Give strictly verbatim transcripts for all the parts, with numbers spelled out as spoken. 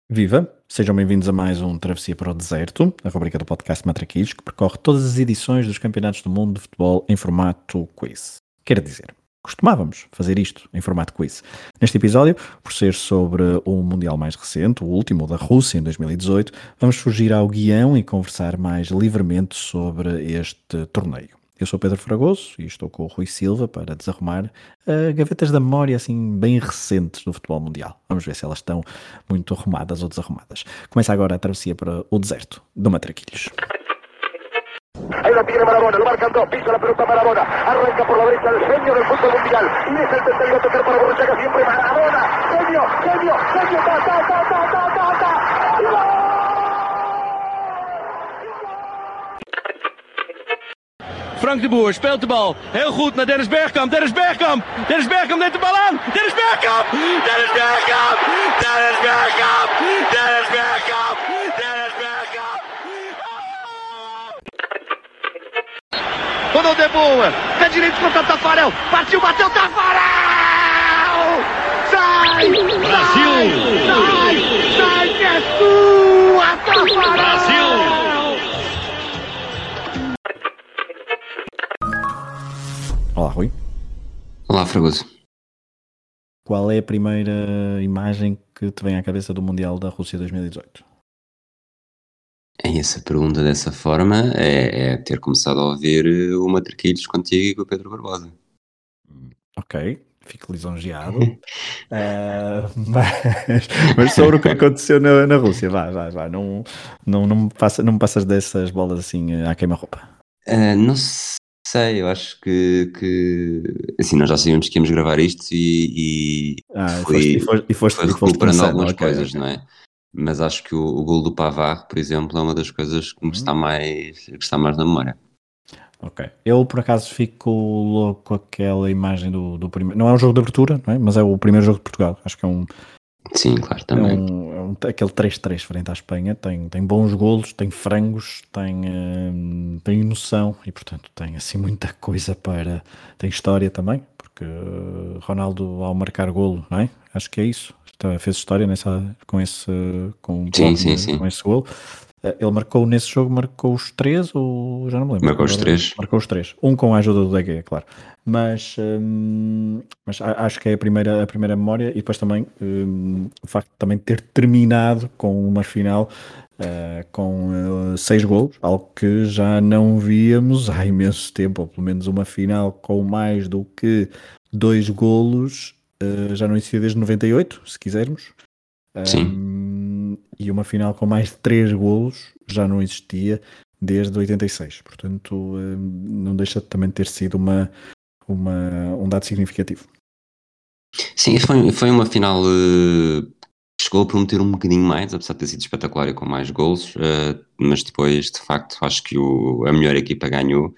Viva! Sejam bem-vindos a mais um Travessia para o Deserto, a rubrica do podcast Matraquilhos, que percorre todas as edições dos Campeonatos do Mundo de Futebol em formato quiz. Quer dizer, costumávamos fazer isto em formato quiz. Neste episódio, por ser sobre o Mundial mais recente, o último, o da Rússia, em dois mil e dezoito, vamos fugir ao guião e conversar mais livremente sobre este torneio. Eu sou Pedro Fragoso e estou com o Rui Silva para desarrumar uh, gavetas da memória assim bem recentes do futebol mundial. Vamos ver se elas estão muito arrumadas ou desarrumadas. Começa agora a travessia para o deserto do Matraquilhos. Ahí la tiene Maradona, lo marcan dos, pisa la pelota Maradona, arranca por la derecha el genio del fútbol mundial, y es el tercero a tocar para Borruchaga, siempre Maradona, genio, genio, genio, ta, ta, ta, ta, ta, ta, ta, ¡gol! Frank de Boer speelt de bal. Heel goed naar Dennis Bergkamp. Dennis Bergkamp. Dennis Bergkamp neemt de bal aan. Dennis Bergkamp. Dennis Bergkamp. Dennis Bergkamp. Dennis Bergkamp. Dennis Bergkamp. Ronald de Boer. Pé direito contra Tafarel. Partiu, bateu Tafarel. Sai. Brasil. Sai. Sai que é sua, Tafarel. Brasil. Olá, Rui. Olá, Fragoso. Qual é a primeira imagem que te vem à cabeça do Mundial da Rússia dois mil e dezoito? Essa pergunta dessa forma é, é ter começado a ouvir o Matraquilhos contigo e com o Pedro Barbosa. Ok, fico lisonjeado. uh, mas, mas sobre o que aconteceu na, na Rússia, vai, vai, vai. Não, não, não, me passa, não me passas dessas bolas assim à queima-roupa. Uh, não sei. Sei, eu acho que, que assim, nós já sabíamos que íamos gravar isto e, e ah, foi, e foste, e foste, foi e foste recuperando algumas okay, coisas, okay. não é? Mas acho que o, o gol do Pavard, por exemplo, é uma das coisas que me está mais, que está mais na memória. Ok. Eu, por acaso, fico louco com aquela imagem do, do primeiro... Não é um jogo de abertura, não é? Mas é o primeiro jogo de Portugal. Acho que é um... Sim, claro, também. É um, é um, aquele três três frente à Espanha tem, tem bons golos, tem frangos, tem, hum, tem noção e, portanto, tem assim muita coisa para... Tem história também, porque Ronaldo, ao marcar golo, não é? Acho que é isso. Fez história nessa, com, esse, com, sim, com, sim, sim. com esse golo. Ele marcou nesse jogo, marcou os três, ou já não me lembro. Marcou os três. Marcou os três. Um com a ajuda do D G, é claro. Mas, hum, mas acho que é a primeira, a primeira memória, e depois também hum, o facto de também ter terminado com uma final uh, com uh, seis golos, algo que já não víamos há imenso tempo, ou pelo menos uma final com mais do que dois golos, uh, já não existia desde noventa e oito, se quisermos. Sim. Um, e uma final com mais de três golos já não existia desde oitenta e seis, portanto um, não deixa de também ter sido uma, uma, um dado significativo. Sim, foi, foi uma final uh, que chegou a prometer um bocadinho mais, apesar de ter sido espetacular e com mais golos, uh, mas depois de facto acho que o, a melhor equipa ganhou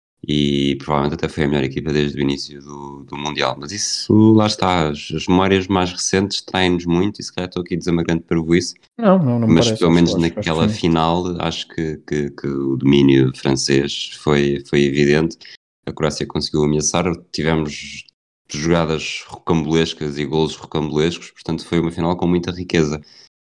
e provavelmente até foi a melhor equipa desde o início do, do Mundial, mas isso lá está, as, as memórias mais recentes traem-nos muito e se calhar estou aqui a dizer uma grande parvoíce, não, não, não me mas parece, pelo menos acho, naquela acho que final acho que, que, que o domínio francês foi, foi evidente, a Croácia conseguiu ameaçar, tivemos jogadas rocambolescas e golos rocambolescos, portanto foi uma final com muita riqueza.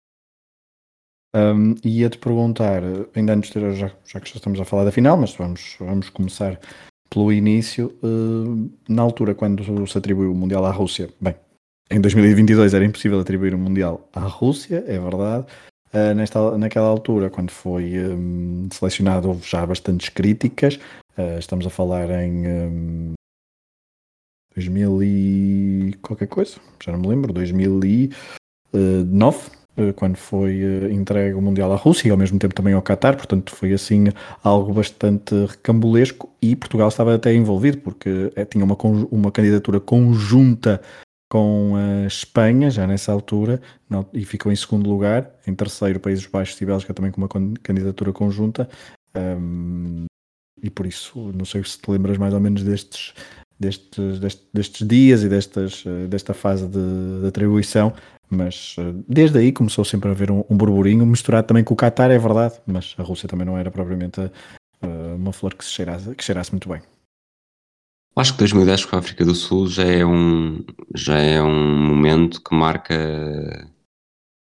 Um, ia-te perguntar, ainda antes de ter, já, já que já estamos a falar da final, mas vamos, vamos começar pelo início, uh, na altura quando se atribuiu o Mundial à Rússia, bem, em dois mil e vinte e dois era impossível atribuir o Mundial à Rússia, é verdade, uh, nesta, naquela altura quando foi um, selecionado houve já bastantes críticas, uh, estamos a falar em um, dois mil e qualquer coisa, já não me lembro, dois mil e nove, quando foi entregue o Mundial à Rússia e ao mesmo tempo também ao Qatar, portanto foi assim algo bastante recambolesco e Portugal estava até envolvido porque tinha uma, uma candidatura conjunta com a Espanha já nessa altura e ficou em segundo lugar, em terceiro Países Baixos e Bélgica também com uma candidatura conjunta, um, e por isso não sei se te lembras mais ou menos destes Destes, destes, destes dias e destas, desta fase de, de atribuição, mas desde aí começou sempre a haver um, um burburinho misturado também com o Qatar, é verdade, mas a Rússia também não era propriamente uh, uma flor que, se cheirasse, que cheirasse muito bem. Acho que dois mil e dez com a África do Sul já é um, já é um momento que marca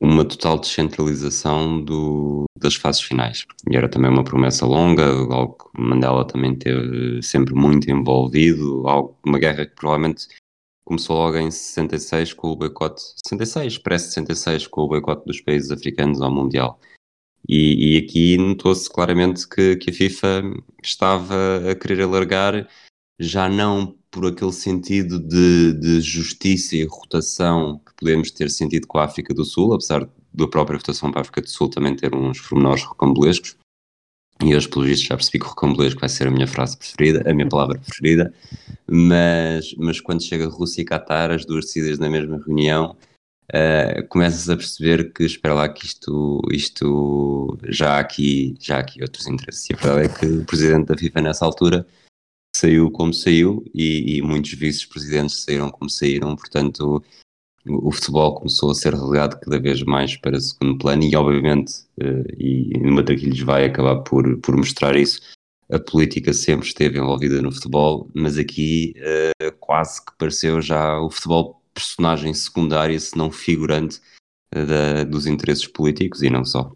uma total descentralização do, das fases finais. E era também uma promessa longa, algo que Mandela também teve sempre muito envolvido, algo, uma guerra que provavelmente começou logo em sessenta e seis com o boicote, sessenta e seis, pré-sessenta e seis, com o boicote dos países africanos ao Mundial. E, e aqui notou-se claramente que, que a FIFA estava a querer alargar, já não por aquele sentido de, de justiça e rotação que podemos ter sentido com a África do Sul, apesar da própria votação para a África do Sul também ter uns pormenores rocambolescos, e hoje, pelo visto, já percebi que rocambolesco vai ser a minha frase preferida, a minha palavra preferida, mas, mas quando chega a Rússia e Qatar, as duas decididas na mesma reunião, uh, começas a perceber que, espera lá, que isto, isto já, há aqui, já há aqui outros interesses. E a verdade é que o presidente da FIFA, nessa altura, saiu como saiu, e, e muitos vice-presidentes saíram como saíram, portanto o, o futebol começou a ser relegado cada vez mais para segundo plano, e obviamente, uh, e no Matraquilhos vai acabar por, por mostrar isso, a política sempre esteve envolvida no futebol, mas aqui uh, quase que pareceu já o futebol personagem secundária, se não figurante, uh, da, dos interesses políticos, e não só.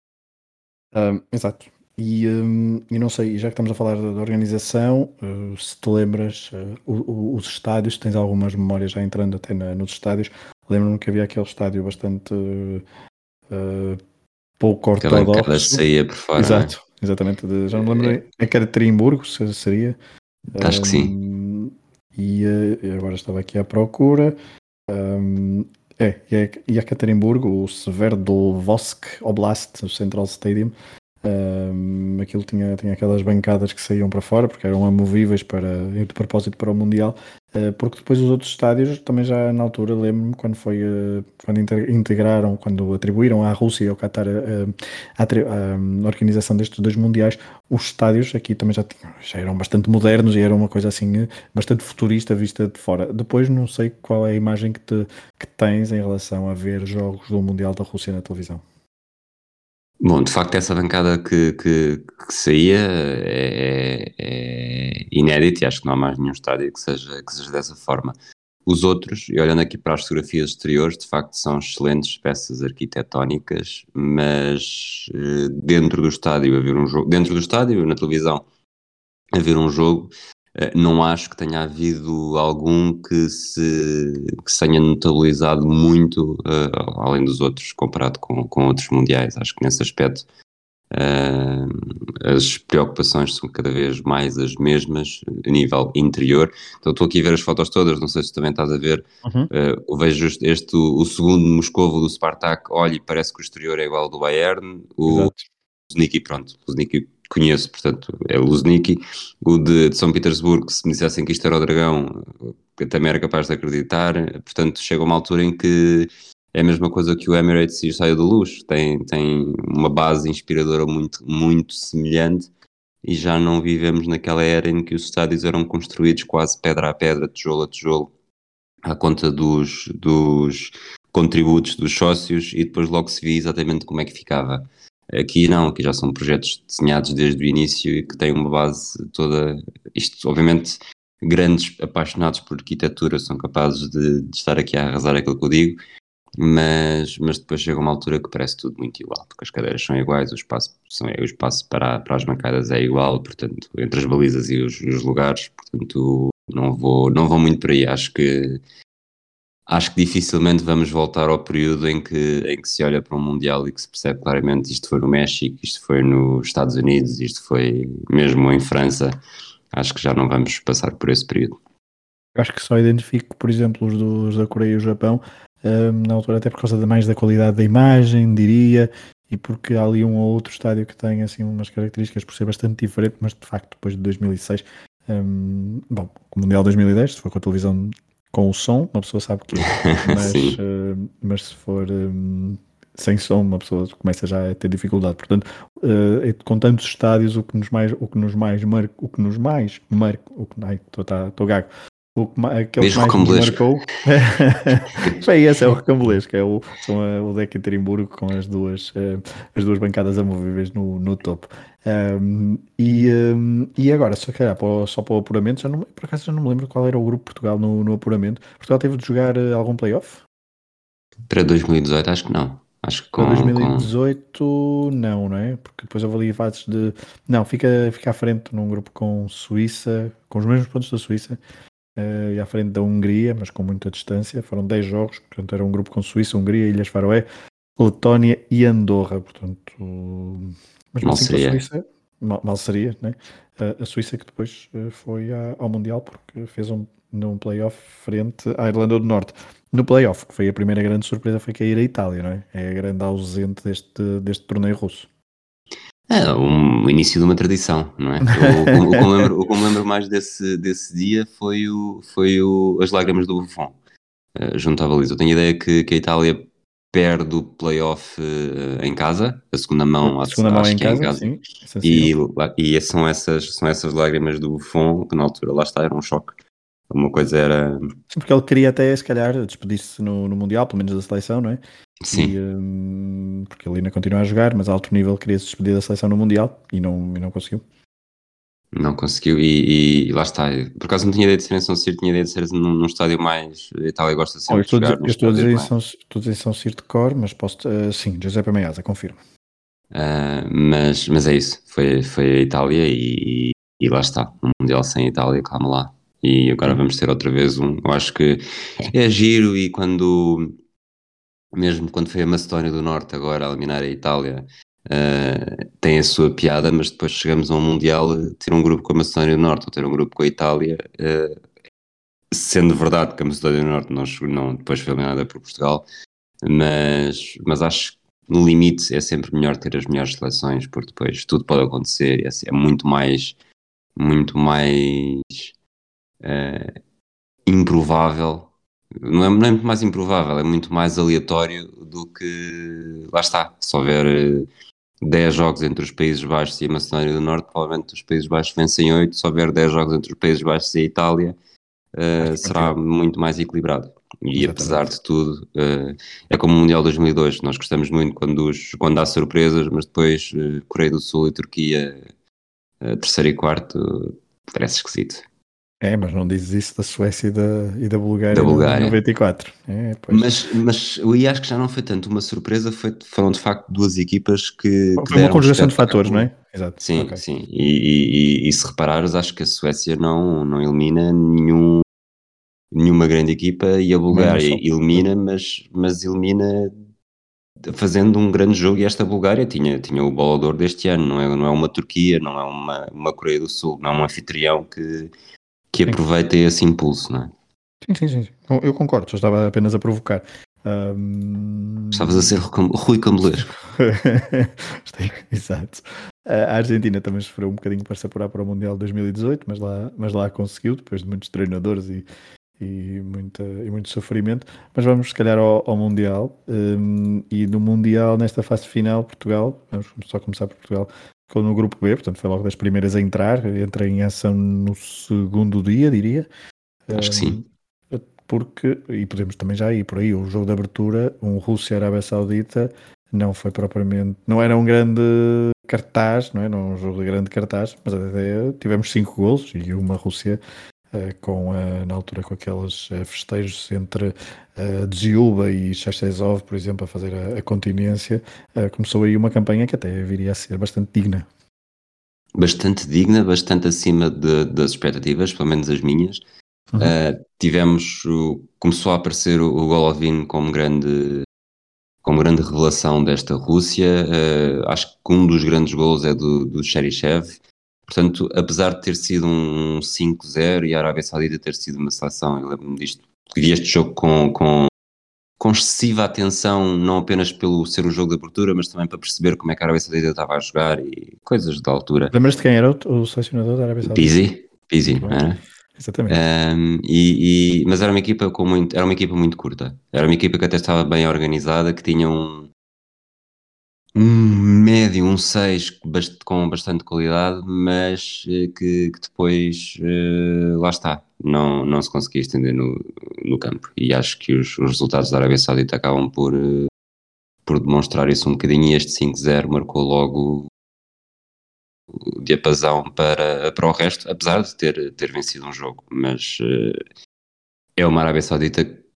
Um, exato. E, um, e não sei, já que estamos a falar da, da organização, uh, se te lembras, uh, o, o, os estádios, tens algumas memórias já entrando até na, nos estádios, lembro-me que havia aquele estádio bastante uh, uh, pouco ortodoxo. Aquela saía por fora. Exato, não é? Exatamente. De, já não me lembro, é Ekaterimburgo, se seria. Acho um, que sim. E uh, agora estava aqui à procura. Um, é, e Ekaterimburgo, o Sverdlovsk Oblast, o Central Stadium. Um, aquilo tinha, tinha aquelas bancadas que saíam para fora porque eram amovíveis para, de propósito para o Mundial, uh, porque depois os outros estádios também já na altura lembro-me quando foi uh, quando integraram, quando atribuíram à Rússia e ao Qatar uh, a, a, a organização destes dois mundiais, os estádios aqui também já, tinham, já eram bastante modernos e era uma coisa assim bastante futurista vista de fora. Depois não sei qual é a imagem que, te, que tens em relação a ver jogos do Mundial da Rússia na televisão. Bom, de facto essa bancada que, que, que saía é, é inédita, e acho que não há mais nenhum estádio que seja, que seja dessa forma. Os outros, e olhando aqui para as fotografias exteriores, de facto são excelentes peças arquitetónicas, mas dentro do estádio haver um jogo, dentro do estádio, na televisão, haver um jogo, não acho que tenha havido algum que se, que se tenha notabilizado muito, uh, além dos outros, comparado com, com outros mundiais. Acho que nesse aspecto uh, as preocupações são cada vez mais as mesmas a nível interior. Então estou aqui a ver as fotos todas, não sei se também estás a ver. Uhum. Uh, vejo este, este o, o segundo Moscovo do Spartak, olha, e parece que o exterior é igual ao do Bayern. O Luzhniki, pronto, o Luzhniki conheço, portanto, é o Luzhniki. O de, de São Petersburgo, se me dissessem que isto era o Dragão, eu também era capaz de acreditar. Portanto, chega uma altura em que é a mesma coisa que o Emirates e o Estádio da Luz, tem, tem uma base inspiradora muito, muito semelhante, e já não vivemos naquela era em que os estádios eram construídos quase pedra a pedra, tijolo a tijolo, à conta dos, dos contributos dos sócios, e depois logo se via exatamente como é que ficava. Aqui não, aqui já são projetos desenhados desde o início e que têm uma base toda, isto obviamente grandes apaixonados por arquitetura são capazes de, de estar aqui a arrasar aquilo que eu digo, mas, mas depois chega uma altura que parece tudo muito igual, porque as cadeiras são iguais, o espaço, são, o espaço para, para as bancadas é igual, portanto, entre as balizas e os, os lugares, portanto não vou, não vou muito por aí. Acho que Acho que dificilmente vamos voltar ao período em que, em que se olha para um Mundial e que se percebe claramente isto foi no México, isto foi nos Estados Unidos, isto foi mesmo em França. Acho que já não vamos passar por esse período. Acho que só identifico, por exemplo, os dos da Coreia e o Japão, um, na altura até por causa de mais da qualidade da imagem, diria, e porque há ali um ou outro estádio que tem assim umas características por ser bastante diferente, mas de facto depois de dois mil e seis, um, bom, o Mundial dois mil e dez, se for com a televisão com o som, uma pessoa sabe que é, mas, uh, mas se for um, sem som, uma pessoa começa já a ter dificuldade. Portanto, uh, com tantos estádios, o que nos mais, o que nos mais marca, o que nos mais marca, o que, ai, estou gago, o que, aquele que mais nos marcou, bem, esse é o recambulesco, é o, são a, o de Ekaterimburgo com as duas, uh, as duas bancadas amovíveis no, no topo. Um, e, um, e agora, só, calhar, para, só para o apuramento, já não, por acaso já não me lembro qual era o grupo de Portugal no, no apuramento. Portugal teve de jogar uh, algum playoff? Para dois mil e dezoito acho que não. Acho que Para com, com... dois mil e dezoito não, não é? Porque depois houve ali fases de... Não, fica, fica à frente num grupo com Suíça, com os mesmos pontos da Suíça, uh, e à frente da Hungria, mas com muita distância. Foram dez jogos, portanto era um grupo com Suíça, Hungria, Ilhas Faroé, Letónia e Andorra, portanto... Mas mal assim para a seria. Suíça, mal, mal seria, né? Uh, a Suíça que depois uh, foi à, ao Mundial porque fez um, num play-off frente à Irlanda do Norte. No play-off, que foi a primeira grande surpresa, foi cair a Itália, não é? É a grande ausente deste, deste torneio russo. É um, o início de uma tradição, não é? O, o, que eu me lembro, o que eu me lembro mais desse, desse dia foi, o, foi o, as lágrimas do Buffon, uh, junto à baliza. Eu tenho a ideia que, que a Itália perde o play-off uh, em casa, a segunda mão A segunda mão é acho em que é em casa, casa, sim, e, sensível. e são, essas, são essas lágrimas do Buffon que na altura lá está, era um choque. Uma coisa era... Sim, porque ele queria até, se calhar, despedir-se no, no Mundial, pelo menos da seleção, não é? E, Sim, hum, porque ele ainda continua a jogar, mas a alto nível queria se despedir da seleção no Mundial e não, e não conseguiu. não conseguiu e, e lá está. Por acaso não tinha ideia de ser em São Siro, tinha ideia de ser num, num estádio mais... A Itália gosta Oh, eu sempre de estou a jogar dizer, eu nos estou a dizer estádios em mais... São, estou a dizer em São Ciro de cor, mas posso... Uh, sim, Giuseppe Meazza, confirmo. Uh, mas, mas é isso, foi, foi a Itália e, e lá está, um Mundial sem Itália, calma lá. E agora Sim. vamos ter outra vez um. Eu acho que é giro e quando, mesmo quando foi a Macedónia do Norte agora a eliminar a Itália, uh, tem a sua piada, mas depois chegamos a um Mundial, ter um grupo com a Macedónia do Norte ou ter um grupo com a Itália, uh, sendo verdade que a Macedónia do Norte não, não depois foi eliminada por Portugal, mas, mas acho que no limite é sempre melhor ter as melhores seleções, porque depois tudo pode acontecer e é, é muito mais muito mais uh, improvável, não é, não é muito mais improvável, é muito mais aleatório do que, lá está, se houver uh, dez jogos entre os Países Baixos e a Macedónia do Norte, provavelmente os Países Baixos vencem oito, se houver dez jogos entre os Países Baixos e a Itália, Acho uh, que será partida. muito mais equilibrado. E apesar Exatamente. de tudo, uh, é como o Mundial dois mil e dois, nós gostamos muito quando, os, quando há surpresas, mas depois uh, Coreia do Sul e Turquia, uh, terceiro e quarto, parece esquisito. É, mas não dizes isso da Suécia e da, e da Da Bulgária no, em Bulgária. noventa e quatro. É, pois. Mas, mas eu acho que já não foi tanto uma surpresa, foi, foram de facto duas equipas que, que Foi uma deram um conjugação de fatores, não espetáculo. é? Exato. Sim, Ok. sim. E, e, e, e se reparares, acho que a Suécia não, não elimina nenhum, nenhuma grande equipa e a Também, mas Bulgária só. elimina, mas, mas elimina fazendo um grande jogo. E esta Bulgária tinha, tinha o Bola de Ouro deste ano, não é, não é uma Turquia, não é uma, uma Coreia do Sul, não é um anfitrião que, que Sim. aproveita esse impulso, não é? Sim, sim, sim. Eu, eu concordo, só estava apenas a provocar. Um... Estavas a ser Rui Cambolesco. Exato. A Argentina também sofreu um bocadinho para se apurar para o Mundial de dois mil e dezoito, mas lá, mas lá conseguiu, depois de muitos treinadores e, e, muita, e muito sofrimento. Mas vamos, se calhar, ao, ao Mundial. Um, e no Mundial, nesta fase final, Portugal, vamos só começar por Portugal, ficou no grupo B, portanto foi logo das primeiras a entrar, entra em ação no segundo dia, diria. Acho que sim. Porque, e podemos também já ir por aí, o jogo de abertura, um Rússia-Arábia Saudita, não foi propriamente, não era um grande cartaz, não é? Não um jogo de grande cartaz, mas até tivemos cinco golos e uma Rússia uh, com, uh, na altura, com aqueles uh, festejos entre uh, Dziuba e Cherchesov, por exemplo, a fazer a, a continência, uh, começou aí uma campanha que até viria a ser bastante digna. Bastante digna, bastante acima de, das expectativas, pelo menos as minhas. Uhum. Uh, tivemos, o, começou a aparecer o, o Golovin como grande, como grande revelação desta Rússia. Uh, acho que um dos grandes golos é do, do Cheryshev. Portanto, apesar de ter sido um cinco zero e a Arábia Saudita ter sido uma seleção, eu lembro-me disto, vi este jogo com, com, com excessiva atenção, não apenas pelo ser o jogo de abertura, mas também para perceber como é que a Arábia Saudita estava a jogar e coisas da altura. Lembras-te quem era o, o selecionador da Arábia Saudita? Pizzi, Pizzi, Muito não bem. era? Exatamente. Um, e, e, mas era uma equipa com muito, era uma equipa muito curta. Era uma equipa que até estava bem organizada, que tinha um, um médio, um seis com bastante qualidade, mas que, que depois uh, lá está, não, não se conseguia estender no, no campo. E acho que os, os resultados da Arábia Saudita acabam por, uh, por demonstrar isso um bocadinho. E este cinco zero marcou logo o diapasão para, para o resto, apesar de ter, ter vencido um jogo, mas uh, é uma Arábia Saudita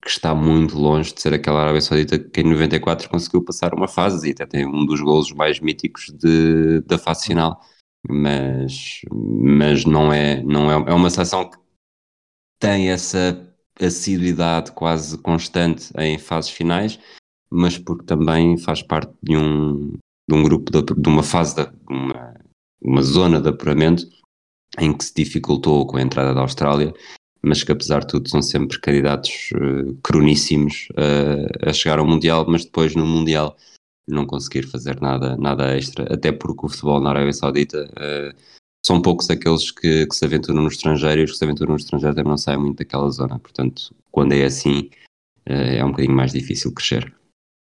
que está muito longe de ser aquela Arábia Saudita que em noventa e quatro conseguiu passar uma fase e até tem um dos golos mais míticos de, da fase final, mas, mas não é, não é, é uma seleção que tem essa assiduidade quase constante em fases finais, mas porque também faz parte de um, de um grupo, de, de uma fase, de uma, uma zona de apuramento em que se dificultou com a entrada da Austrália, mas que apesar de tudo são sempre candidatos uh, croníssimos uh, a chegar ao Mundial, mas depois no Mundial não conseguir fazer nada, nada extra, até porque o futebol na Arábia Saudita uh, são poucos aqueles que, que se aventuram no estrangeiro e os que se aventuram no estrangeiro também não saem muito daquela zona, portanto quando é assim uh, é um bocadinho mais difícil crescer.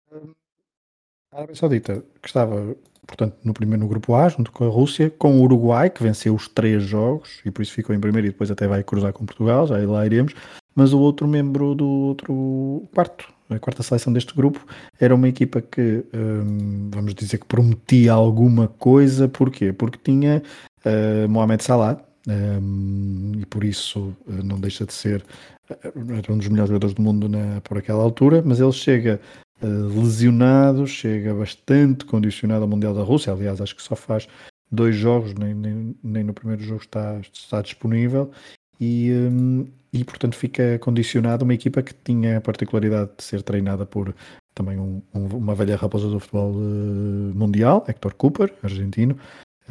A Arábia Saudita, que estava, portanto, no primeiro no grupo A, junto com a Rússia, com o Uruguai, que venceu os três jogos, e por isso ficou em primeiro e depois até vai cruzar com Portugal, já lá iremos, mas o outro membro do outro quarto, a quarta seleção deste grupo, era uma equipa que, hum, vamos dizer que prometia alguma coisa, porquê? Porque tinha uh, Mohamed Salah, um, e por isso uh, não deixa de ser, uh, era um dos melhores jogadores do mundo na, por aquela altura, mas ele chega Uh, lesionado, chega bastante condicionado ao Mundial da Rússia. Aliás, acho que só faz dois jogos, nem, nem, nem no primeiro jogo está, está disponível e, um, e portanto fica condicionado uma equipa que tinha a particularidade de ser treinada por também um, um, uma velha raposa do futebol uh, mundial, Héctor Cúper, argentino,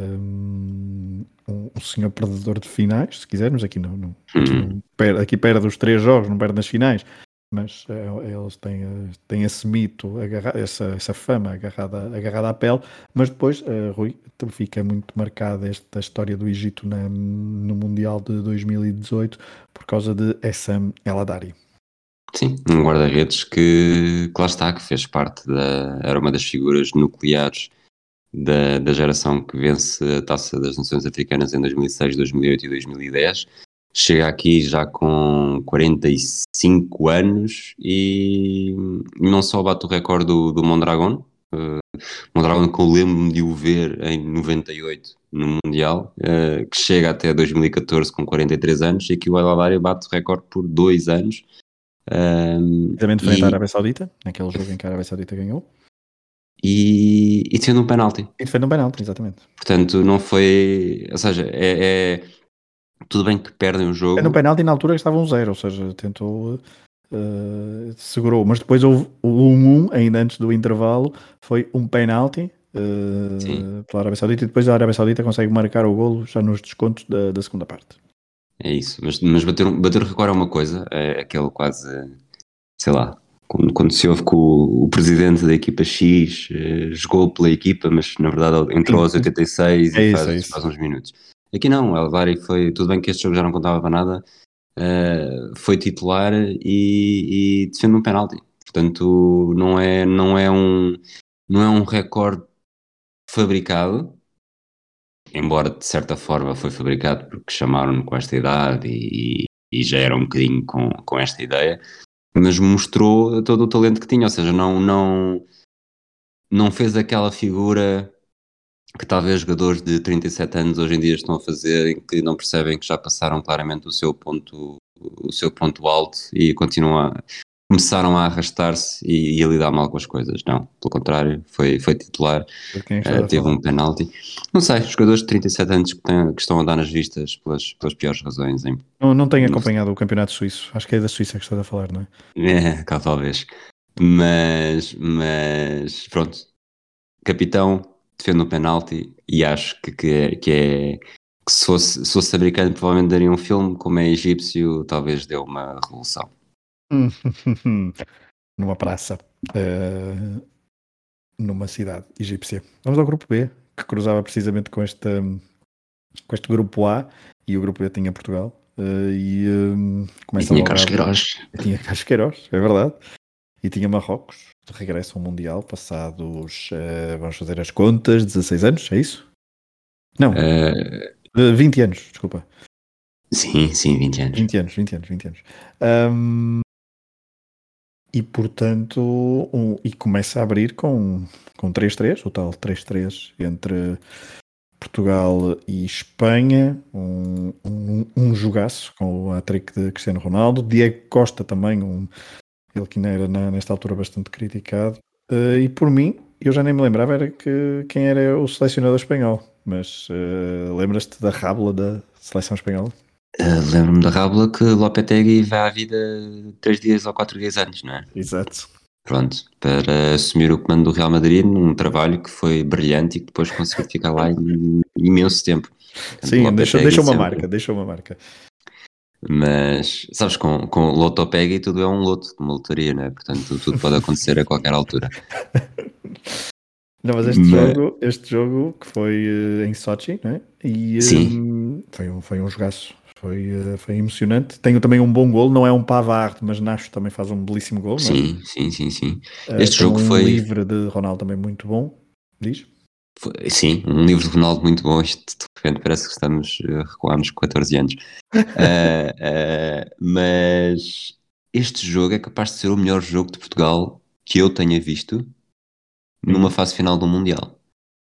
um, um senhor perdedor de finais, se quisermos, aqui não, não, aqui, não perde, aqui perde os três jogos, não perde nas finais, mas é, eles têm, têm esse mito, agarra, essa, essa fama agarrada, agarrada à pele, mas depois, uh, Rui, fica muito marcada esta história do Egito na, no Mundial de dois mil e dezoito por causa de Essam El Hadary. Sim, um guarda-redes que, que lá está, que fez parte da, era uma das figuras nucleares da, da geração que vence a Taça das Nações Africanas em dois mil e seis, dois mil e oito e dois mil e dez. Chega aqui já com quarenta e cinco anos e não só bate o recorde do, do Mondragón, uh, Mondragón que eu lembro-me de o ver em noventa e oito no Mundial, uh, que chega até dois mil e catorze com quarenta e três anos, e aqui o El Hadary bate o recorde por dois anos. Um, Exatamente frente à Arábia Saudita, naquele jogo em que a Arábia Saudita ganhou. E, e defende um penalti. E defende um penalti, exatamente. Portanto, não foi... Ou seja, é... é tudo bem que perdem o jogo. É no penalti na altura que estava um zero, ou seja, tentou, uh, segurou, mas depois houve o um um, ainda antes do intervalo, foi um penalti uh, pela Arábia Saudita, e depois a Arábia Saudita consegue marcar o golo já nos descontos da, da segunda parte. É isso, mas, mas bater, bater o recorde é uma coisa, é aquele quase, sei lá, quando, quando se ouve que o, o presidente da equipa X eh, jogou pela equipa, mas na verdade ele entrou aos oitenta e seis é e isso, faz, é isso. faz uns minutos. Aqui não, o El Hadary foi, tudo bem que este jogo já não contava para nada, uh, foi titular e, e defende um penalti. Portanto, não é, não é um, não é um recorde fabricado, embora de certa forma foi fabricado porque chamaram-no com esta idade e, e já era um bocadinho com, com esta ideia, mas mostrou todo o talento que tinha, ou seja, não, não, não fez aquela figura que talvez jogadores de trinta e sete anos hoje em dia estão a fazer, em que não percebem que já passaram claramente o seu ponto, o seu ponto alto e continuam a, começaram a arrastar-se e, e a lidar mal com as coisas. Não, pelo contrário, foi, foi titular, uh, teve um penalti. Não sei, jogadores de trinta e sete anos que, têm, que estão a dar nas vistas pelas, pelas piores razões. Em, não, não tenho acompanhado o campeonato suíço, acho que é da Suíça que estás a falar, não é? É, cá talvez. Mas, mas pronto, capitão, defende um penalti e acho que, que, é, que é que se fosse, se fosse americano provavelmente daria um filme, como é egípcio talvez deu uma revolução. Numa praça, uh, numa cidade egípcia. Vamos ao grupo B, que cruzava precisamente com este, com este grupo A, e o grupo B tinha Portugal. Uh, e, um, começa e tinha Carlos Queiroz. Tinha Carlos Queiroz, é verdade. E tinha Marrocos, de regresso ao Mundial, passados, uh, vamos fazer as contas, dezasseis anos, é isso? Não, uh, vinte anos, desculpa. Sim, sim, vinte anos. vinte anos, vinte anos, vinte anos. Um, e portanto, um, e começa a abrir com, com três três, o tal três três entre Portugal e Espanha, um, um, um jogaço com o hat-trick de Cristiano Ronaldo, Diego Costa também, um ele que ainda era na, nesta altura bastante criticado. Uh, e por mim, eu já nem me lembrava era que, quem era o selecionador espanhol. Mas uh, lembras-te da Rábula da seleção espanhola? Uh, lembro-me da Rábula que Lopetegui vai à vida três dias ou quatro dias antes, não é? Exato. Pronto, para assumir o comando do Real Madrid num trabalho que foi brilhante e que depois conseguiu ficar lá em imenso tempo. Portanto, sim, deixou, deixou uma sempre... marca, deixou uma marca. Mas, sabes, com, com Lotopegui tudo é um loto, uma lotaria, não é? Portanto, tudo pode acontecer a qualquer altura. Não, mas este, mas... Jogo, este jogo que foi uh, em Sochi, não é? E um, foi, um, foi um jogaço. Foi, uh, foi emocionante. Tenho também um bom golo, não é um Pavard, mas Nacho também faz um belíssimo golo, não é? Sim, sim, sim, sim. Uh, este jogo um foi... um livre de Ronaldo também muito bom, diz? Foi, sim, um livre de Ronaldo muito bom. Isto de repente parece que estamos, uh, recuamos catorze anos. uh, uh, mas este jogo é capaz de ser o melhor jogo de Portugal que eu tenha visto numa fase final do Mundial.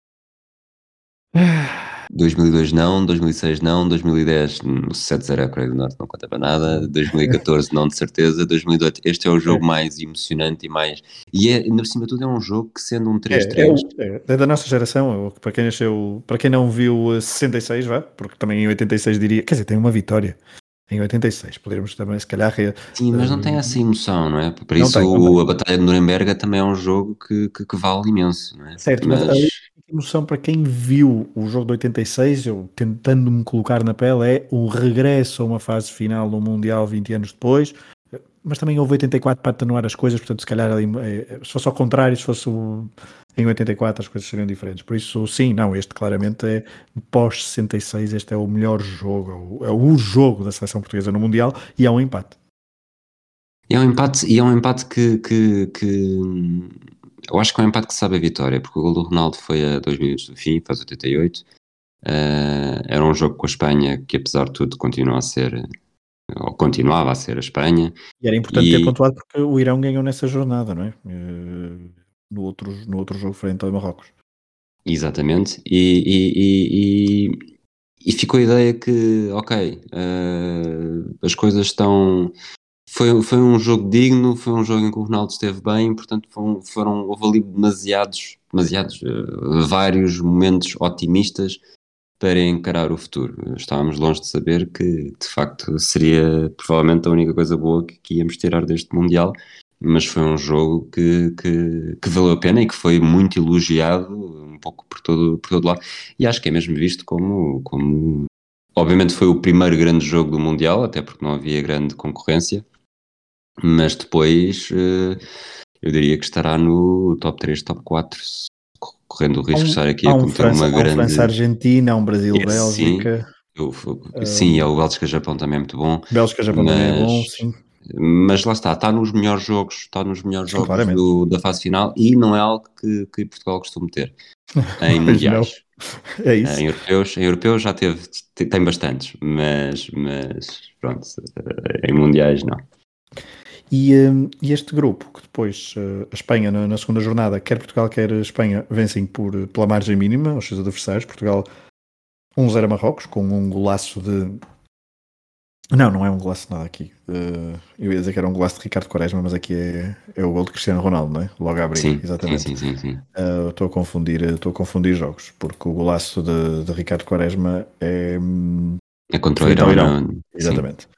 dois mil e dois não, dois mil e seis não, dois mil e dez o sete a zero à Coreia do Norte não conta para nada, dois mil e catorze não de certeza, dois mil e dezoito este é o jogo é. mais emocionante e mais... E é, ainda por cima de tudo é um jogo que sendo um três três... É, é, é da nossa geração, para quem nasceu, para quem não viu sessenta e seis, vá, porque também em oitenta e seis diria, quer dizer, tem uma vitória. Em oitenta e seis, poderíamos também, se calhar... Sim, mas não tem essa emoção, não é? Por isso tem, o, a Batalha de Nuremberg também é um jogo que, que, que vale imenso, não é? Certo, mas, mas a emoção para quem viu o jogo de oitenta e seis, eu tentando me colocar na pele, é o regresso a uma fase final do Mundial vinte anos depois, mas também houve oitenta e quatro para atenuar as coisas, portanto, se calhar, se fosse ao contrário, se fosse o... em oitenta e quatro as coisas seriam diferentes. Por isso, sim, não, este claramente é pós sessenta e seis, este é o melhor jogo, é o jogo da seleção portuguesa no Mundial e é um empate. E é um empate, e é um empate que, que, que eu acho que é um empate que sabe a vitória, porque o gol do Ronaldo foi a dois minutos do fim, faz oitenta e oito. Uh, era um jogo com a Espanha que, apesar de tudo, continua a ser, ou continuava a ser a Espanha. E era importante e... ter pontuado porque o Irão ganhou nessa jornada, não é? Uh... No outro, no outro jogo frente ao Marrocos. Exatamente, e, e, e, e, e ficou a ideia que, ok, uh, as coisas estão... Foi, foi um jogo digno, foi um jogo em que o Ronaldo esteve bem, portanto foram, foram, houve ali demasiados, demasiados uh, vários momentos otimistas para encarar o futuro. Estávamos longe de saber que, de facto, seria provavelmente a única coisa boa que, que íamos tirar deste Mundial, mas foi um jogo que, que, que valeu a pena e que foi muito elogiado um pouco por todo, por todo lado, e acho que é mesmo visto como, como obviamente foi o primeiro grande jogo do Mundial, até porque não havia grande concorrência, mas depois eu diria que estará no top três, top quatro, correndo o risco de estar aqui a um cometer França, uma grande... Há um França-Argentina, há um Brasil-Bélgica... Sim, eu, um... sim, é o Bélgica-Japão também é muito bom. Bélgica-Japão mas... também é bom, sim. Mas lá está, está nos melhores jogos, está nos melhores Sim, jogos do, da fase final e não é algo que, que Portugal costuma ter em mundiais. É isso. Em europeus, em europeus já teve, tem bastantes, mas, mas pronto, em mundiais não. E, um, e este grupo, que depois uh, a Espanha na, na segunda jornada, quer Portugal quer a Espanha, vencem por, pela margem mínima aos seus adversários. Portugal um zero a Marrocos, com um golaço de... Não, não é um golaço nada aqui. Uh, eu ia dizer que era um golaço de Ricardo Quaresma, mas aqui é, é o gol de Cristiano Ronaldo, não é? Logo a abrir, sim, exatamente. Sim, sim, sim. sim. Uh, estou a confundir, estou a confundir jogos, porque o golaço de, de Ricardo Quaresma é... É contra o Irão, Irão. Não... Exatamente.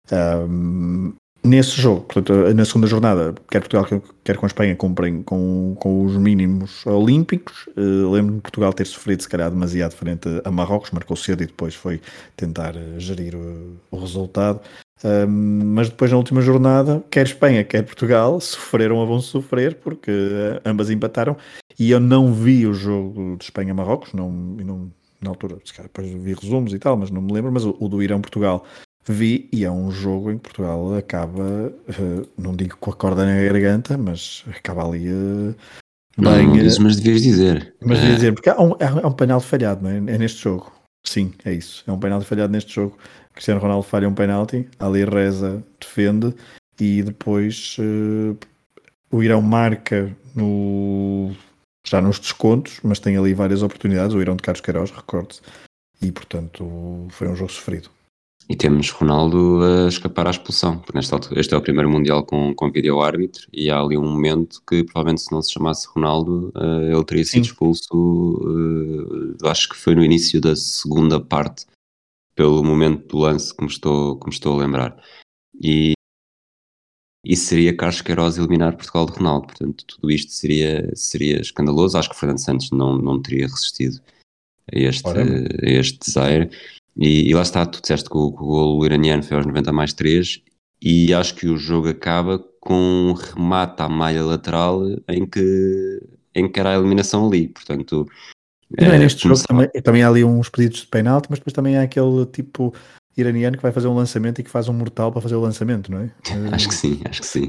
Um, nesse jogo, portanto, na segunda jornada, quer Portugal quer com a Espanha cumprem com, com os mínimos olímpicos. Uh, lembro-me de Portugal ter sofrido se calhar demasiado frente a Marrocos, marcou cedo e depois foi tentar uh, gerir o, o resultado. Um, mas depois na última jornada, quer Espanha quer Portugal sofreram ou vão sofrer, porque uh, ambas empataram, e eu não vi o jogo de Espanha-Marrocos, não, não, na altura, se calhar, depois vi resumos e tal, mas não me lembro, mas o, o do Irão-Portugal vi, e é um jogo em que Portugal acaba, uh, não digo com a corda na garganta, mas acaba ali uh, não, bem... Não dizes, mas devias dizer. Mas devias dizer, porque há um, há um penalti falhado, não é? É neste jogo. Sim, é isso. É um penalti falhado neste jogo. Cristiano Ronaldo falha um penalti, Ali Reza defende, e depois uh, o Irão marca no... já nos descontos, mas tem ali várias oportunidades. O Irão de Carlos Queiroz, recorde-se. E, portanto, foi um jogo sofrido. E temos Ronaldo a escapar à expulsão, porque nesta altura, este é o primeiro Mundial com, com vídeo-árbitro e há ali um momento que provavelmente se não se chamasse Ronaldo uh, ele teria sido Sim. expulso, uh, acho que foi no início da segunda parte, pelo momento do lance que me estou, que me estou a lembrar. E, e seria Carlos Queiroz eliminar Portugal de Ronaldo, portanto tudo isto seria, seria escandaloso. Acho que Fernando Santos não, não teria resistido a este, a este desaire. E, e lá está, tu disseste que o, que o golo iraniano foi aos noventa mais três e acho que o jogo acaba com um remate à malha lateral em que, em que era a eliminação ali, portanto... E não é é, neste começava... jogo também, também há ali uns pedidos de penalti, mas depois também há aquele tipo iraniano que vai fazer um lançamento e que faz um mortal para fazer o lançamento, não é? Acho que sim, acho que sim.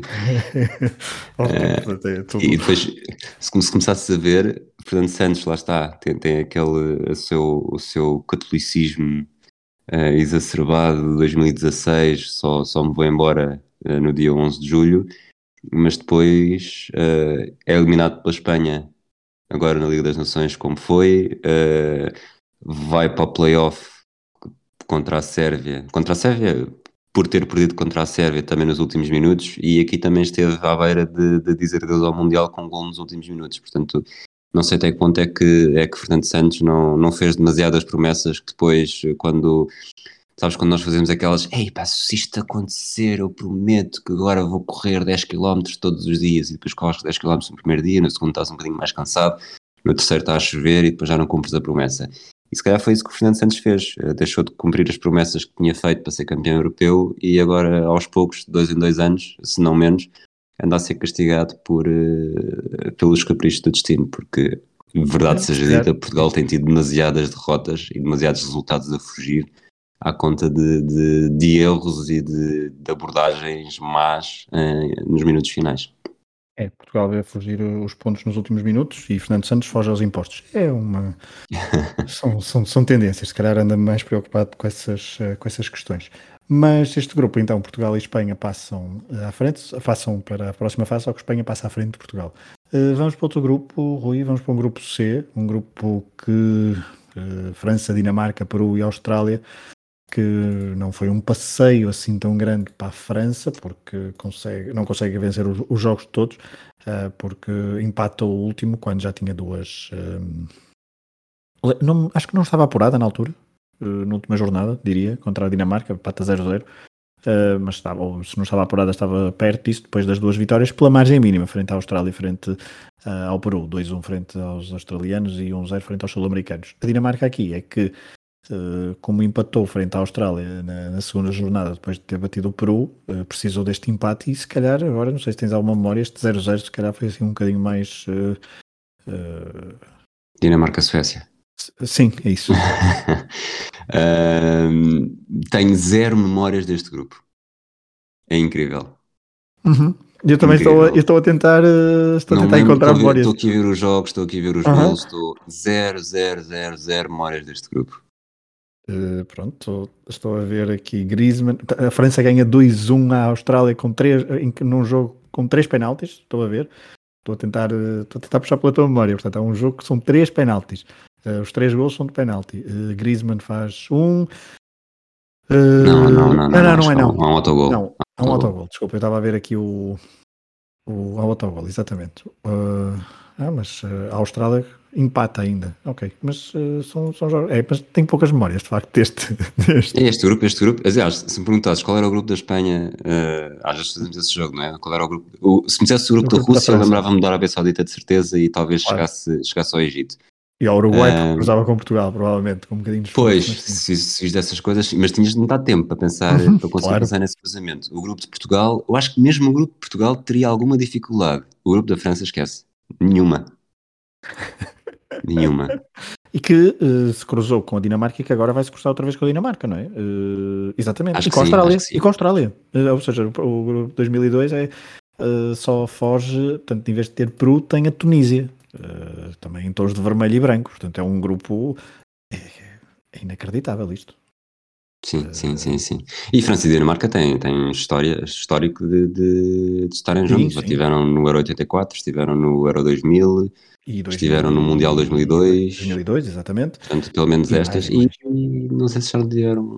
é, tudo... E depois, se começasses a ver, Fernando Santos, lá está, tem, tem aquele o seu, o seu catolicismo uh, exacerbado de dois mil e dezasseis, só, só me vou embora uh, no dia onze de julho, mas depois uh, é eliminado pela Espanha, agora na Liga das Nações, como foi, uh, vai para o play-off contra a Sérvia, contra a Sérvia por ter perdido contra a Sérvia também nos últimos minutos, e aqui também esteve à beira de, de dizer adeus ao Mundial com um gol nos últimos minutos, portanto não sei até que ponto é que, é que Fernando Santos não, não fez demasiadas promessas que depois, quando sabes, quando nós fazemos aquelas, ei pá, se isto acontecer eu prometo que agora vou correr dez quilómetros todos os dias, e depois corres dez quilómetros no primeiro dia, no segundo estás um bocadinho mais cansado, no terceiro está a chover e depois já não cumpres a promessa. E se calhar foi isso que o Fernando Santos fez, deixou de cumprir as promessas que tinha feito para ser campeão europeu e agora aos poucos, de dois em dois anos, se não menos, anda a ser castigado por, uh, pelos caprichos do destino, porque, verdade seja dita, Portugal tem tido demasiadas derrotas e demasiados resultados a fugir à conta de, de, de erros e de, de abordagens más uh, nos minutos finais. É, Portugal vai fugir os pontos nos últimos minutos e Fernando Santos foge aos impostos. É uma... são, são, são tendências, se calhar anda mais preocupado com essas, com essas questões. Mas este grupo, então, Portugal e Espanha passam à frente, passam para a próxima fase, só que Espanha passa à frente de Portugal. Uh, vamos para outro grupo, Rui, vamos para um grupo C, um grupo que uh, França, Dinamarca, Peru e Austrália, que não foi um passeio assim tão grande para a França, porque consegue, não consegue vencer os, os jogos todos, uh, porque empatou o último quando já tinha duas... Um, não, acho que não estava apurada na altura, uh, na última jornada, diria, contra a Dinamarca, empata zero zero, uh, mas estava, ou se não estava apurada estava perto disso, depois das duas vitórias, pela margem mínima, frente à Austrália e frente uh, ao Peru, dois a um frente aos australianos e um a zero frente aos sul-americanos. A Dinamarca aqui é que Uh, como empatou frente à Austrália na, na segunda jornada, depois de ter batido o Peru, uh, precisou deste empate e se calhar, agora não sei se tens alguma memória, este zero zero se calhar foi assim um bocadinho mais... Uh, uh... Dinamarca-Suécia. Sim, é isso. uh, tenho zero memórias deste grupo. É incrível. Uhum. Eu também estou a, eu estou a tentar, uh, estou a tentar lembro, encontrar estou memórias. Estou aqui a ver os jogos, estou aqui a ver os uhum. gols, estou zero, zero, zero, zero memórias deste grupo. Uh, pronto, estou, estou a ver aqui Griezmann, a França ganha dois a um à Austrália com três, em, num jogo com três penaltis, estou a ver, estou a tentar, uh, estou a tentar puxar pela tua memória, portanto é um jogo que são três penaltis, uh, os três gols são de penalti, uh, Griezmann faz um, uh, não, não, não, não, não, não, não é não, é um autogol, não, é um autogol, desculpa, eu estava a ver aqui o, o autogol, exatamente, uh, ah, mas uh, a Austrália empata ainda, ok, mas uh, são, são jogos, é, mas tenho poucas memórias de facto deste, deste. É este grupo, este grupo, aliás, se me perguntasses qual era o grupo da Espanha, uh, às vezes fazemos esse jogo, não é? Qual era o grupo, o, se me dissesse o grupo o da grupo Rússia, da lembrava-me da Arábia Saudita de certeza e talvez claro. chegasse, chegasse ao Egito. E ao Uruguai, uh, porque cruzava com Portugal, provavelmente, com um bocadinho de esforço. Pois, se, se fiz dessas coisas, mas tinhas de não tempo para pensar, uhum, para conseguir claro. pensar nesse cruzamento. O grupo de Portugal, eu acho que mesmo o grupo de Portugal teria alguma dificuldade. O grupo da França, esquece. Nenhuma. Nenhuma. E que uh, se cruzou com a Dinamarca e que agora vai se cruzar outra vez com a Dinamarca, não é? Uh, exatamente. Acho e com a sim, Austrália. e com a Austrália. Uh, ou seja, o, o grupo de dois mil e dois é, uh, só foge, portanto, em vez de ter Peru, tem a Tunísia. Uh, também em tons de vermelho e branco. Portanto, é um grupo... É, é inacreditável isto. Sim, uh, sim, sim, sim. E França e Dinamarca têm, têm história, histórico de, de, de estarem sim, juntos. Sim. Estiveram no Euro oitenta e quatro, estiveram no Euro dois mil... E estiveram no Mundial dois mil e dois. dois mil e dois, exatamente. Portanto, pelo menos e estas. Mais, e, e não sei se já tiveram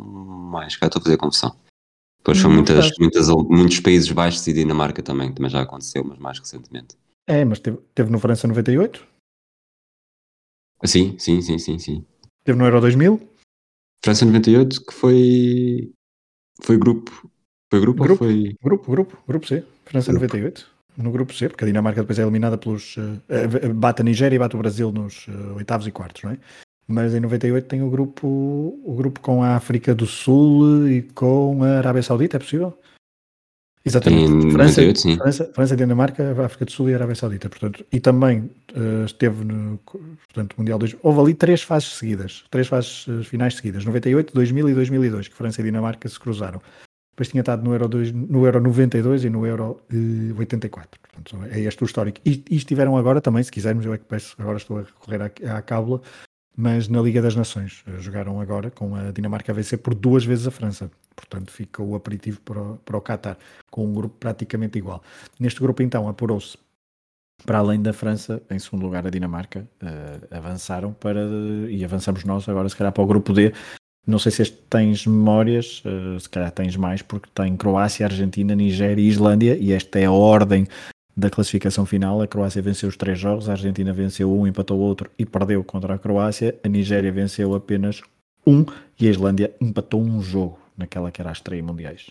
mais? Cá estou a fazer confusão. Depois são Não muitas, estás. muitas, muitos Países Baixos e Dinamarca também, também já aconteceu, mas mais recentemente. É, mas teve, teve no França noventa e oito, Ah, sim, sim, sim, sim, sim. teve no Euro dois mil, França noventa e oito, que foi, foi grupo. Foi grupo ou grupo, foi grupo, grupo, grupo C, França grupo? noventa e oito, no grupo C, porque a Dinamarca depois é eliminada pelos, eh, eh, bate a Nigéria e bate o Brasil nos eh, oitavos e quartos, não é? Mas em noventa e oito tem o grupo, o grupo com a África do Sul e com a Arábia Saudita, é possível? Exatamente. Em França, noventa e oito, sim. França, França, Dinamarca, África do Sul e Arábia Saudita. Portanto, e também uh, esteve no portanto, Mundial dois. Houve ali três fases seguidas, três fases uh, finais seguidas: noventa e oito, dois mil e dois mil e dois, que França e Dinamarca se cruzaram. Depois tinha estado no Euro, dois, no Euro noventa e dois e no Euro uh, oitenta e quatro. Portanto, é este o histórico. E, e estiveram agora também, se quisermos, eu é que peço, agora estou a recorrer à, à cábula, mas na Liga das Nações. Jogaram agora com a Dinamarca a vencer por duas vezes a França. Portanto, fica o aperitivo para o, para o Qatar, com um grupo praticamente igual. Neste grupo, então, apurou-se para além da França, em segundo lugar a Dinamarca, uh, avançaram para, e avançamos nós agora se calhar para o grupo D. Não sei se este tens memórias, uh, se calhar tens mais, porque tem Croácia, Argentina, Nigéria e Islândia, e esta é a ordem da classificação final. A Croácia venceu os três jogos, a Argentina venceu um, empatou outro e perdeu contra a Croácia, a Nigéria venceu apenas um e a Islândia empatou um jogo naquela que era a estreia mundiais.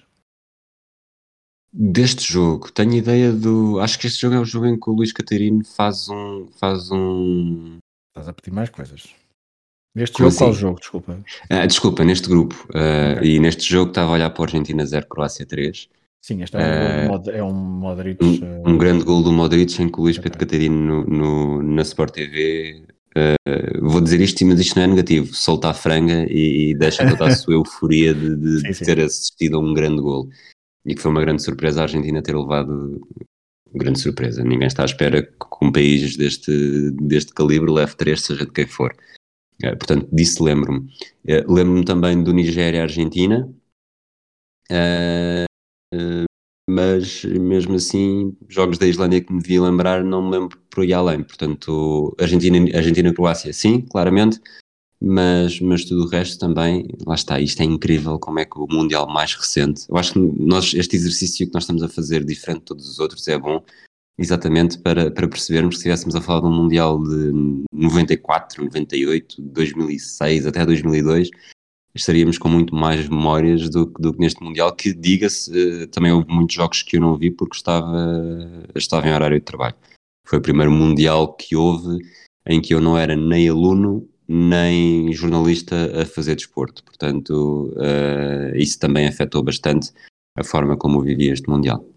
Deste jogo, tenho ideia do... Acho que este jogo é o jogo em que o Luís Catarino faz um... Faz um... Estás a pedir mais coisas. Neste Como jogo, qual assim? jogo? Desculpa. Ah, desculpa, neste grupo. Uh, Ok. E neste jogo estava a olhar para a Argentina zero, Croácia três. Sim, este é um, gol de Uh, Mod- é um Modric. um, uh, um grande gol do Modric em que o Luís ok. Pedro Catarino no, no, na Sport T V... Uh, vou dizer isto, mas isto não é negativo. Solta a franga e, e deixa toda a sua euforia de, de, Sim, de sim. ter assistido a um grande gol. E que foi uma grande surpresa a Argentina ter levado... Grande surpresa. Ninguém está à espera que um país deste, deste calibre leve três, seja de quem for. Uh, portanto, disso lembro-me. Uh, lembro-me também do Nigéria-Argentina. Uh, uh, mas mesmo assim, jogos da Islândia que me devia lembrar, não me lembro por aí além. Portanto, Argentina, Argentina e Croácia, sim, claramente, mas, mas tudo o resto também, lá está. Isto é incrível como é que o Mundial mais recente, eu acho que nós, este exercício que nós estamos a fazer, diferente de todos os outros, é bom exatamente para, para percebermos que se estivéssemos a falar de um Mundial de noventa e quatro, noventa e oito, dois mil e seis até dois mil e dois, estaríamos com muito mais memórias do, do que neste Mundial, que, diga-se, uh, também houve muitos jogos que eu não vi porque estava, estava em horário de trabalho. Foi o primeiro Mundial que houve em que eu não era nem aluno nem jornalista a fazer desporto. Portanto, uh, isso também afetou bastante a forma como eu vivi este Mundial.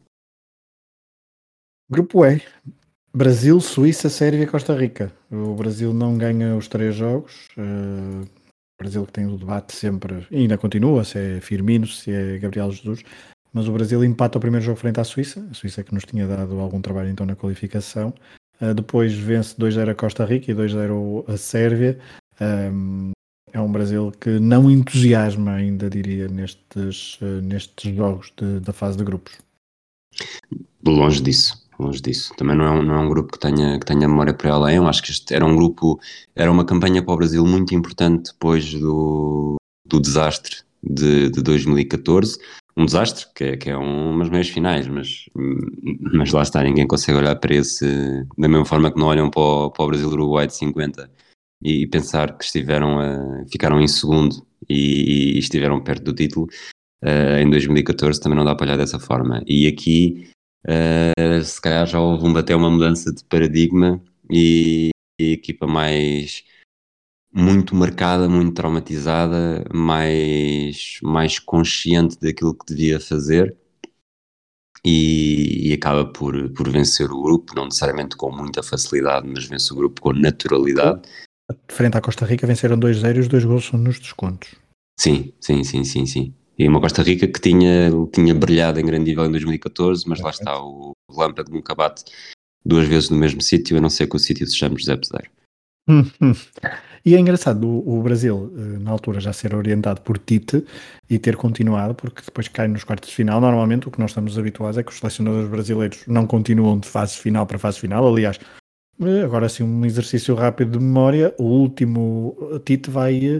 Grupo E: Brasil, Suíça, Sérvia e Costa Rica. O Brasil não ganha os três jogos. Uh, o Brasil que tem o debate sempre, e ainda continua, se é Firmino, se é Gabriel Jesus, mas o Brasil empata o primeiro jogo frente à Suíça, a Suíça que nos tinha dado algum trabalho então na qualificação. Uh, depois vence dois a zero a Costa Rica e dois a zero a Sérvia. Um, é um Brasil que não entusiasma ainda, diria, nestes, uh, nestes jogos de, da fase de grupos. Longe disso. Longe disso. Também não é um, não é um grupo que tenha, que tenha memória para além. Eu acho que este era um grupo, era uma campanha para o Brasil muito importante depois do, do desastre de, de dois mil e catorze. Um desastre que é, que é um, umas meias finais, mas, mas lá está, ninguém consegue olhar para esse, da mesma forma que não olham para o, para o Brasil-Uruguai de cinquenta e, e pensar que estiveram a, ficaram em segundo e, e estiveram perto do título. Uh, em dois mil e catorze também não dá para olhar dessa forma. E aqui Uh, se calhar já houve um, até uma mudança de paradigma e, e a equipa mais muito marcada, muito traumatizada, mais, mais consciente daquilo que devia fazer e, e acaba por, por vencer o grupo, não necessariamente com muita facilidade, mas vence o grupo com naturalidade. Frente à Costa Rica venceram dois a zero e os dois gols são nos descontos. Sim, sim, sim, sim, sim. E uma Costa Rica que tinha, tinha brilhado em grande nível em dois mil e catorze, mas lá está, o relâmpago nunca bate duas vezes no mesmo sítio, a não ser que o sítio se chame José Peseiro. Hum, hum. E é engraçado o, o Brasil, na altura, já ser orientado por Tite e ter continuado, porque depois cai nos quartos de final. Normalmente o que nós estamos habituados é que os selecionadores brasileiros não continuam de fase final para fase final. Aliás, agora sim, um exercício rápido de memória, o último Tite vai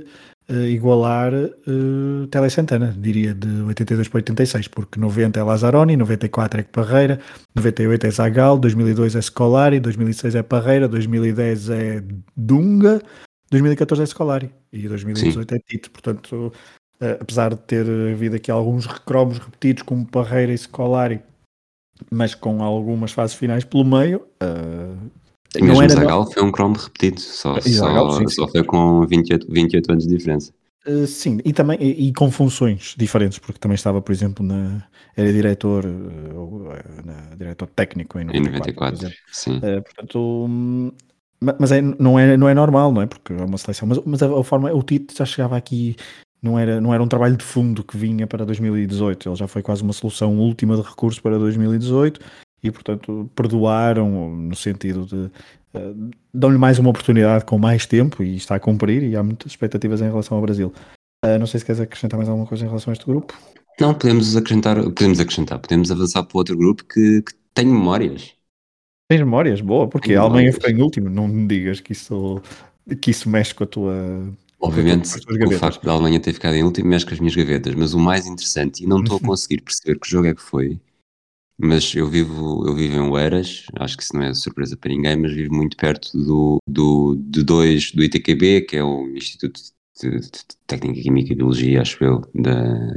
uh, igualar uh, Tele Santana, diria, de oitenta e dois para oitenta e seis, porque noventa é Lazzaroni, noventa e quatro é Parreira, noventa e oito é Zagallo, dois mil e dois é Scolari, dois mil e seis é Parreira, dois mil e dez é Dunga, dois mil e catorze é Scolari e dois mil e dezoito é Tite. Portanto, uh, apesar de ter havido aqui alguns cromos repetidos como Parreira e Scolari, mas com algumas fases finais pelo meio, uh, mesmo não era Zagallo no... foi um cromo repetido, só, Zagallo, só, sim, só sim. foi com vinte e oito, vinte e oito anos de diferença. Uh, sim, e também e, e com funções diferentes, porque também estava, por exemplo, na, era diretor, uh, na, diretor técnico em noventa e quatro, em noventa e quatro, por exemplo. Sim. Uh, portanto, um, mas é, não, é, não é normal, não é? Porque é uma seleção, mas, mas a, a forma, o Tite já chegava aqui, não era, não era um trabalho de fundo que vinha para dois mil e dezoito, ele já foi quase uma solução última de recurso para dois mil e dezoito e, portanto, perdoaram no sentido de Uh, dão-lhe mais uma oportunidade com mais tempo e está a cumprir, e há muitas expectativas em relação ao Brasil. Uh, não sei se queres acrescentar mais alguma coisa em relação a este grupo. Não, podemos acrescentar, podemos acrescentar, podemos avançar para outro grupo que, que tem memórias. Tens memórias? Boa, porque Tenho a Alemanha memórias. ficou em último, não me digas que isso, que isso mexe com a tua... Obviamente, com, a tua, com o facto da Alemanha ter ficado em último mexe com as minhas gavetas, mas o mais interessante, e não estou a conseguir perceber que jogo é que foi, mas eu vivo, eu vivo em Oeiras, acho que isso não é surpresa para ninguém, mas vivo muito perto do, do, de dois, do I T Q B, que é o Instituto de, de Técnica, Química e Biologia, acho eu, da...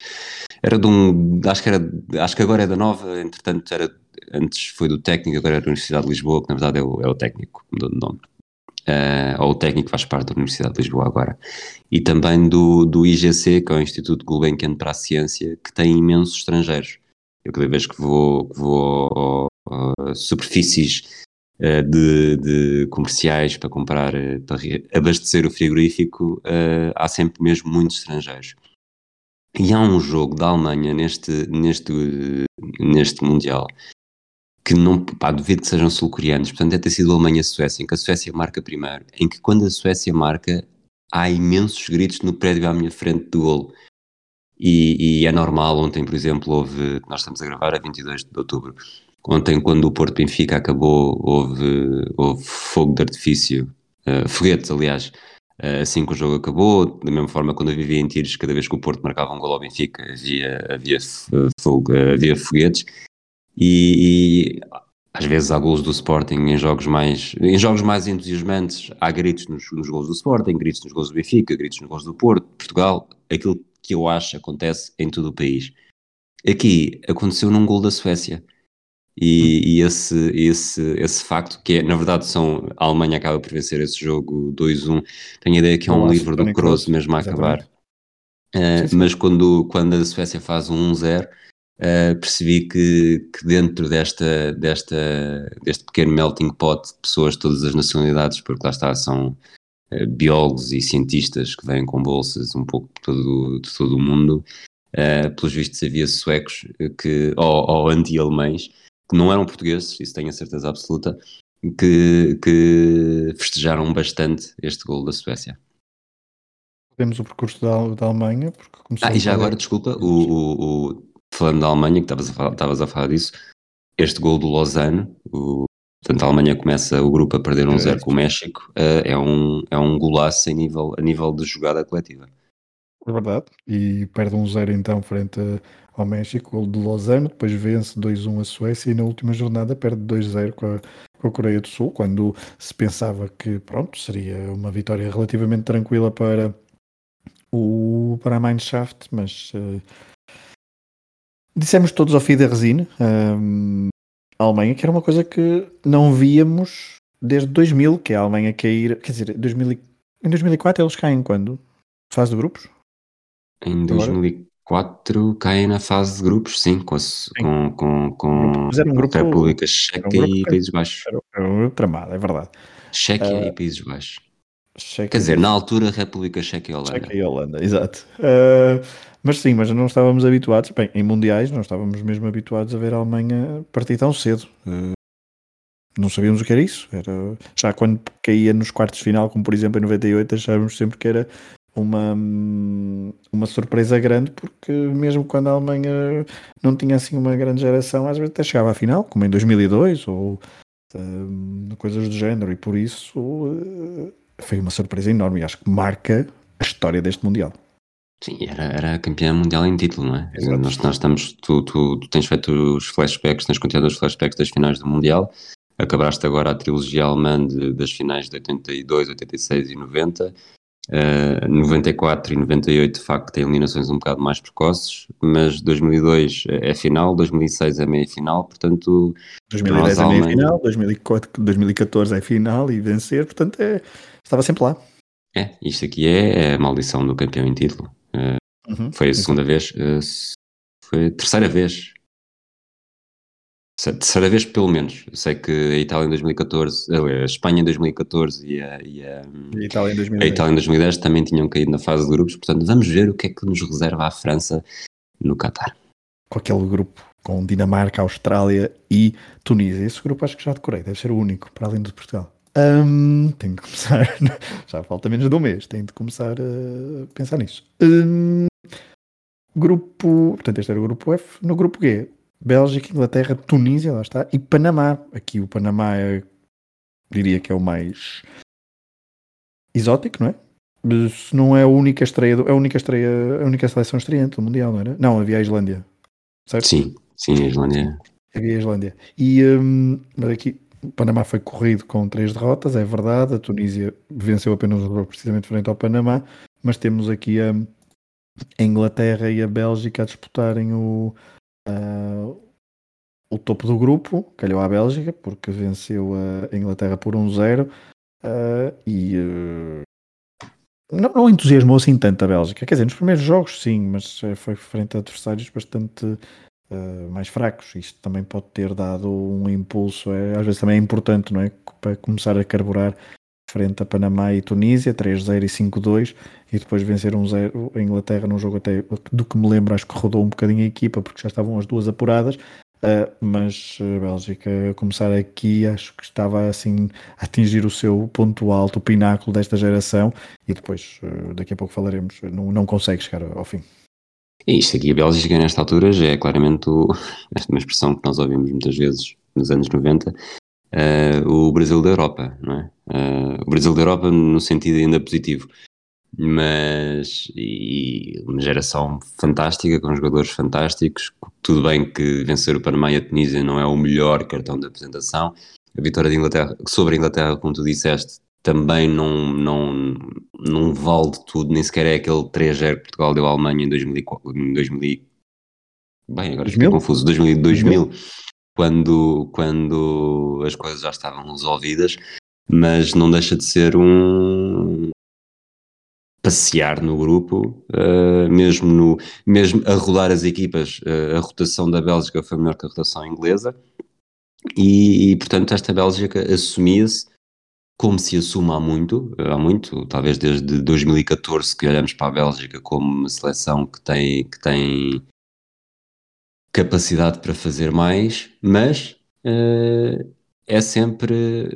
Era de um, acho que era, acho que agora é da Nova, entretanto era, antes foi do Técnico, agora é da Universidade de Lisboa, que na verdade é o, é o Técnico, mudou de nome. Uh, ou o Técnico faz parte da Universidade de Lisboa agora. E também do, do I G C, que é o Instituto Gulbenkian para a Ciência, que tem imensos estrangeiros. Eu cada vez que vou, que vou a superfícies uh, de, de comerciais para comprar, uh, para abastecer o frigorífico, uh, há sempre mesmo muitos estrangeiros. E há um jogo da Alemanha neste, neste, neste Mundial que não, pá, duvido que sejam sul-coreanos, portanto deve ter sido a Alemanha-Suécia, em que a Suécia marca primeiro, em que quando a Suécia marca há imensos gritos no prédio à minha frente do golo. E, e é normal, ontem por exemplo houve, nós estamos a gravar a vinte e dois de outubro, ontem quando o Porto Benfica acabou houve, houve fogo de artifício, uh, foguetes aliás, uh, assim que o jogo acabou, da mesma forma quando eu vivia em Tiros, cada vez que o Porto marcava um golo ao Benfica havia, havia, fogo, havia foguetes. E, e às vezes há golos do Sporting em jogos mais, em jogos mais entusiasmantes, há gritos nos, nos golos do Sporting, gritos nos golos do Benfica, gritos nos golos do Porto, Portugal, aquilo que eu acho acontece em todo o país. Aqui aconteceu num golo da Suécia e, e esse, esse, esse facto que é, na verdade são, a Alemanha acaba por vencer esse jogo dois um, tenho a ideia que é um livro do Kroos mesmo a acabar, uh, sim, sim. Mas quando, quando a Suécia faz um um zero, Uh, percebi que, que dentro desta, desta, deste pequeno melting pot de pessoas de todas as nacionalidades, porque lá está, são uh, biólogos e cientistas que vêm com bolsas um pouco de todo, de todo o mundo, uh, pelos vistos havia suecos que, ou, ou anti-alemães que não eram portugueses, isso tenho a certeza absoluta, que, que festejaram bastante este golo da Suécia. Temos o percurso da, da Alemanha, porque começou ah, e já agora, desculpa, o, o, o falando da Alemanha, que estavas a falar, estavas a falar disso, este gol do Lausanne, o, portanto a Alemanha começa o grupo a perder um zero com o México, uh, é, um, é um golaço a nível, a nível de jogada coletiva. É verdade, e perde um zero então frente ao México, gol do Lausanne, depois vence dois um a Suécia e na última jornada perde dois zero com a, com a Coreia do Sul, quando se pensava que pronto, seria uma vitória relativamente tranquila para, o, para a Mannschaft, mas... Uh, dissemos todos ao fim da resina, um, a Alemanha, que era uma coisa que não víamos desde dois mil, que é a Alemanha cair, quer dizer, dois mil, em dois mil e quatro eles caem quando? Fase de grupos? Em dois mil e quatro Agora? Caem na fase de grupos, sim, com, sim. com, com, com mas era um grupo, República Checa um grupo, e Países Baixos. Era, era um grupo tramado, é verdade. Chequia uh, e Países Baixos. Chequia Quer dizer, na altura República Checa e Holanda. Checa e Holanda, exato. Uh, mas sim, mas não estávamos habituados, bem, em mundiais não estávamos mesmo habituados a ver a Alemanha partir tão cedo. Uh, não sabíamos o que era isso. Era, já quando caía nos quartos de final, como por exemplo em noventa e oito, achávamos sempre que era uma, uma surpresa grande, porque mesmo quando a Alemanha não tinha assim uma grande geração, às vezes até chegava à final, como em dois mil e dois, ou uh, coisas do género, e por isso... Uh, foi uma surpresa enorme e acho que marca a história deste Mundial. Sim, era, era campeã mundial em título, não é? Nós, nós estamos, tu, tu, tu tens feito os flashbacks, tens continuado os flashbacks das finais do Mundial, acabaste agora a trilogia alemã de, das finais de oitenta e dois, oitenta e seis e noventa, uh, noventa e quatro e noventa e oito de facto têm eliminações um bocado mais precoces, mas dois mil e dois é final, dois mil e seis é meia final, portanto... dois mil e dez é meia final, dois mil e quatro, dois mil e catorze é final e vencer, portanto é, estava sempre lá. É, isto aqui é, é a maldição do campeão em título. Uh, uhum, foi a segunda exatamente. vez, uh, foi a terceira vez. Terceira vez pelo menos. Eu sei que a Itália em dois mil e catorze, a Espanha em dois mil e catorze e a, e a, e a, Itália, em dois mil e dez. A Itália em dois mil e dez também tinham caído na fase de grupos, portanto vamos ver o que é que nos reserva a França no Qatar. Com aquele grupo, com Dinamarca, Austrália e Tunísia. Esse grupo acho que já decorei, deve ser o único, para além de Portugal. Um, tenho de começar, já falta menos de um mês, tenho de começar a pensar nisso. Um, grupo, portanto este era o grupo F. No grupo G, Bélgica, Inglaterra, Tunísia, lá está, e Panamá. Aqui o Panamá é, diria que é o mais exótico, não é? Mas não é a única estreia, do, é a única estreia, a única seleção estreante do Mundial, não era? Não, havia a Islândia, certo? Sim, sim, a Islândia. Havia a Islândia. E, um, mas aqui o Panamá foi corrido com três derrotas, é verdade. A Tunísia venceu apenas um jogo precisamente frente ao Panamá, mas temos aqui a, a Inglaterra e a Bélgica a disputarem o, uh, o topo do grupo. Calhou à Bélgica, porque venceu a Inglaterra por um zero uh, e uh, não, não entusiasmou assim tanto a Bélgica. Quer dizer, nos primeiros jogos sim, mas foi frente a adversários bastante... Uh, mais fracos. Isto também pode ter dado um impulso, é, às vezes também é importante, não é? Para começar a carburar frente a Panamá e Tunísia, três zero e cinco dois, e depois vencer um zero a Inglaterra num jogo até, do que me lembro, acho que rodou um bocadinho a equipa, porque já estavam as duas apuradas, uh, mas a Bélgica começar aqui, acho que estava assim a atingir o seu ponto alto, o pináculo desta geração, e depois, uh, daqui a pouco falaremos, não, não consegue chegar ao fim. E isto aqui, a Bélgica, nesta altura, já é claramente o, uma expressão que nós ouvimos muitas vezes nos anos noventa, uh, o Brasil da Europa, não é? Uh, o Brasil da Europa no sentido ainda positivo, mas e uma geração fantástica, com jogadores fantásticos. Tudo bem que vencer o Panamá e a Tunísia não é o melhor cartão de apresentação. A vitória de Inglaterra, sobre a Inglaterra, como tu disseste, também não, não, não vale de tudo, nem sequer é aquele três zero que Portugal deu à Alemanha em dois mil e quatro, em dois mil, bem, agora fiquei confuso, dois mil, dois mil, quando, quando as coisas já estavam resolvidas, mas não deixa de ser um passear no grupo, uh, mesmo, no, mesmo a rodar as equipas, uh, a rotação da Bélgica foi melhor que a rotação inglesa, e, e portanto esta Bélgica assumia-se como se assume há muito, há muito, talvez desde dois mil e catorze que olhamos para a Bélgica como uma seleção que tem, que tem capacidade para fazer mais, mas uh, é sempre...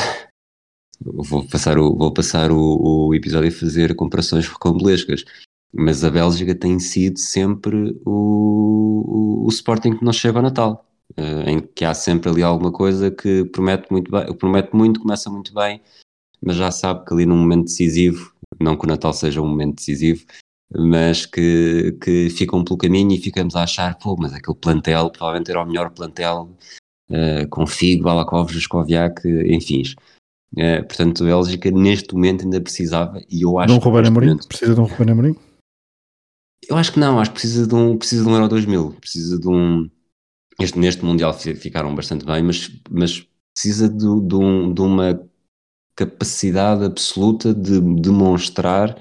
vou passar, o, vou passar o, o episódio a fazer comparações rocambolescas, mas a Bélgica tem sido sempre o, o, o Sporting que não chega ao Natal. Uh, em que há sempre ali alguma coisa que promete muito bem, promete muito, começa muito bem, mas já sabe que ali num momento decisivo, não que o Natal seja um momento decisivo, mas que, que ficam pelo caminho e ficamos a achar, pô, mas aquele plantel provavelmente era o melhor plantel, uh, com Figo, Balakov, Jaskoviak, enfim. Uh, portanto, a Bélgica neste momento ainda precisava, e eu acho de um Ruben Amorim? Momento, precisa de um Ruben Amorim? Eu acho que não, acho que precisa de um, precisa de um Euro dois mil, precisa de um... Este, neste Mundial ficaram bastante bem, mas, mas precisa de, de, um, de uma capacidade absoluta de demonstrar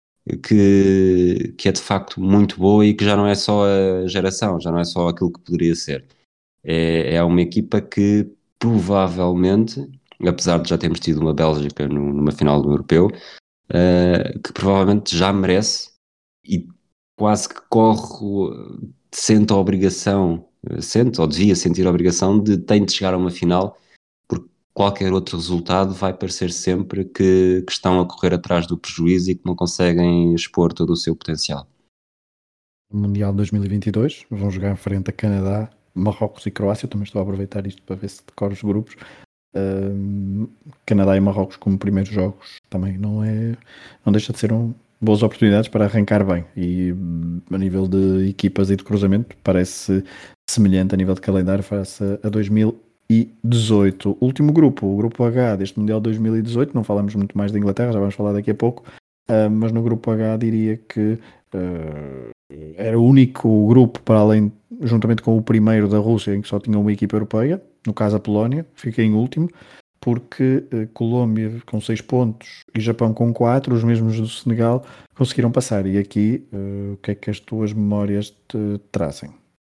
que, que é de facto muito boa e que já não é só a geração, já não é só aquilo que poderia ser. É, é uma equipa que provavelmente, apesar de já termos tido uma Bélgica no, numa final do Europeu, uh, que provavelmente já merece e quase que corre, sente a obrigação, sente ou devia sentir a obrigação de tem de chegar a uma final, porque qualquer outro resultado vai parecer sempre que, que estão a correr atrás do prejuízo e que não conseguem expor todo o seu potencial. Mundial dois mil e vinte e dois, vão jogar em frente a Canadá, Marrocos e Croácia. Eu também estou a aproveitar isto para ver se decoro os grupos. Uh, Canadá e Marrocos como primeiros jogos também não é, não deixa de ser um, boas oportunidades para arrancar bem e a nível de equipas e de cruzamento parece semelhante a nível de calendário face a dois mil e dezoito. Último grupo, o grupo H deste Mundial dois mil e dezoito, não falamos muito mais da Inglaterra, já vamos falar daqui a pouco, uh, mas no grupo H diria que uh, era o único grupo para além, juntamente com o primeiro da Rússia, em que só tinha uma equipa europeia, no caso a Polónia, fiquei em último, porque uh, Colômbia com seis pontos e Japão com quatro, os mesmos do Senegal, conseguiram passar. E aqui, uh, o que é que as tuas memórias te trazem?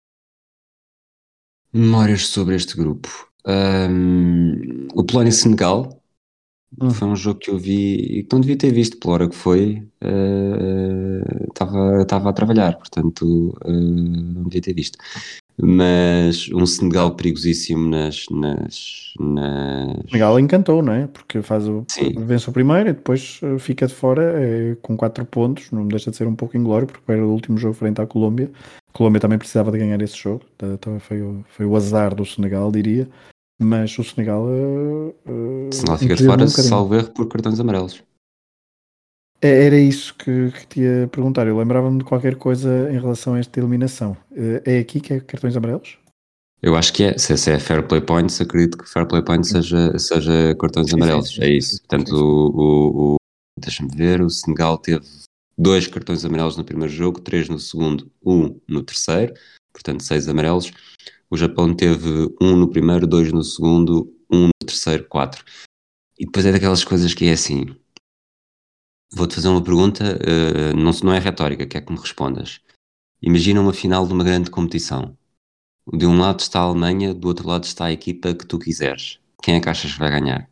Memórias sobre este grupo. Um, o Polónia-Senegal hum. foi um jogo que eu vi e que não devia ter visto pela hora que foi. Estava uh, a trabalhar, portanto uh, não devia ter visto. Mas um Senegal perigosíssimo nas... nas, nas... Senegal encantou, não é? Porque faz o, vence o primeiro e depois fica de fora é, com quatro pontos, não deixa de ser um pouco inglório, porque era o último jogo frente à Colômbia. A Colômbia também precisava de ganhar esse jogo, então foi o, foi o azar do Senegal, diria. Mas o Senegal... Uh, uh, Senegal fica de fora, um salvo erro, por cartões amarelos. Era isso que, que te ia perguntar. Eu lembrava-me de qualquer coisa em relação a esta eliminação. É aqui que é cartões amarelos? Eu acho que é. Se é fair play points, acredito que fair play points seja, seja cartões sim, amarelos. Sim, sim, é isso. Sim, sim, Portanto, sim, sim. O, o, deixa-me ver, o Senegal teve dois cartões amarelos no primeiro jogo, três no segundo, um no terceiro. Portanto, seis amarelos. O Japão teve um no primeiro, dois no segundo, um no terceiro, quatro. E depois é daquelas coisas que é assim... Vou-te fazer uma pergunta, uh, não, não é retórica, quer que me respondas. Imagina uma final de uma grande competição. De um lado está a Alemanha, do outro lado está a equipa que tu quiseres. Quem é que achas que vai ganhar?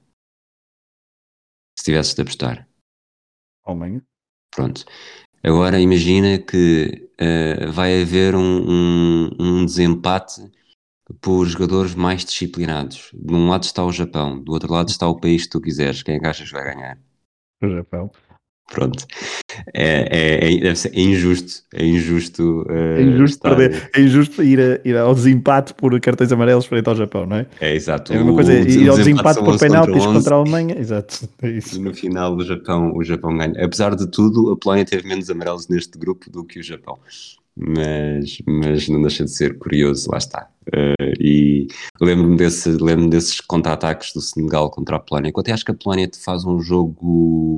Se tivesses de apostar. Alemanha. Pronto. Agora imagina que uh, vai haver um, um, um desempate por jogadores mais disciplinados. De um lado está o Japão, do outro lado está o país que tu quiseres. Quem é que achas que vai ganhar? O Japão. Pronto. É, é, é, é injusto. É injusto, uh, é injusto estar... perder. É injusto ir, a, ir ao desempate por cartões amarelos frente ao Japão, não é? É, exato. É a mesma coisa, o, ir ao desempate por penaltis contra, contra a Alemanha. Exato. É isso. E no final o Japão, o Japão ganha. Apesar de tudo, a Polónia teve menos amarelos neste grupo do que o Japão. Mas, mas não deixa de ser curioso, lá está. Uh, e lembro-me, desse, lembro-me desses contra-ataques do Senegal contra a Polónia. Eu até acho que a Polónia faz um jogo...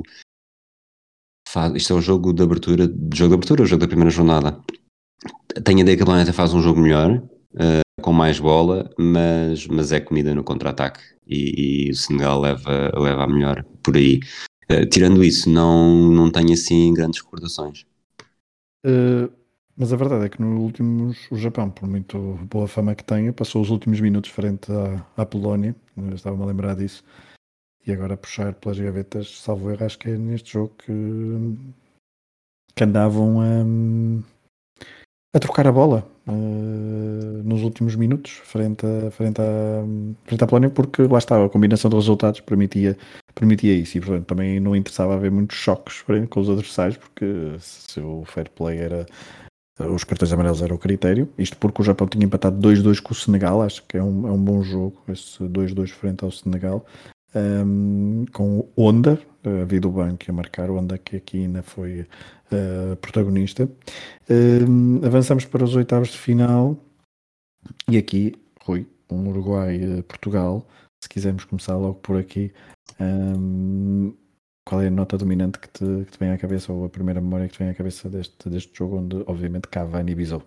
Faz, isto é o jogo de abertura, de jogo de abertura, o jogo da primeira jornada. Tenho a ideia que a Polónia faz um jogo melhor, uh, com mais bola, mas, mas é comida no contra-ataque e, e o Senegal leva, leva a melhor por aí. Uh, tirando isso, não, não tenho assim grandes recordações. Uh, mas a verdade é que nos últimos, o Japão, por muito boa fama que tenha, passou os últimos minutos frente à, à Polónia, eu estava-me a lembrar disso. E agora puxar pelas gavetas, salvo erro, acho que é neste jogo que, que andavam a, a trocar a bola uh, nos últimos minutos frente, a, frente, a, frente à Polónia, porque lá estava, a combinação de resultados permitia, permitia isso. E portanto também não interessava haver muitos choques com os adversários, porque se o fair play era... Os cartões amarelos eram o critério. Isto porque o Japão tinha empatado dois a dois com o Senegal. Acho que é um, é um bom jogo, esse dois a dois frente ao Senegal. Um, com o Honda, a vida do banco a marcar, o Honda que aqui ainda foi uh, protagonista. Um, avançamos para os oitavos de final e aqui, Rui, um Uruguai-Portugal, se quisermos começar logo por aqui, um, qual é a nota dominante que te, que te vem à cabeça, ou a primeira memória que te vem à cabeça deste, deste jogo, onde obviamente Cavani bisou?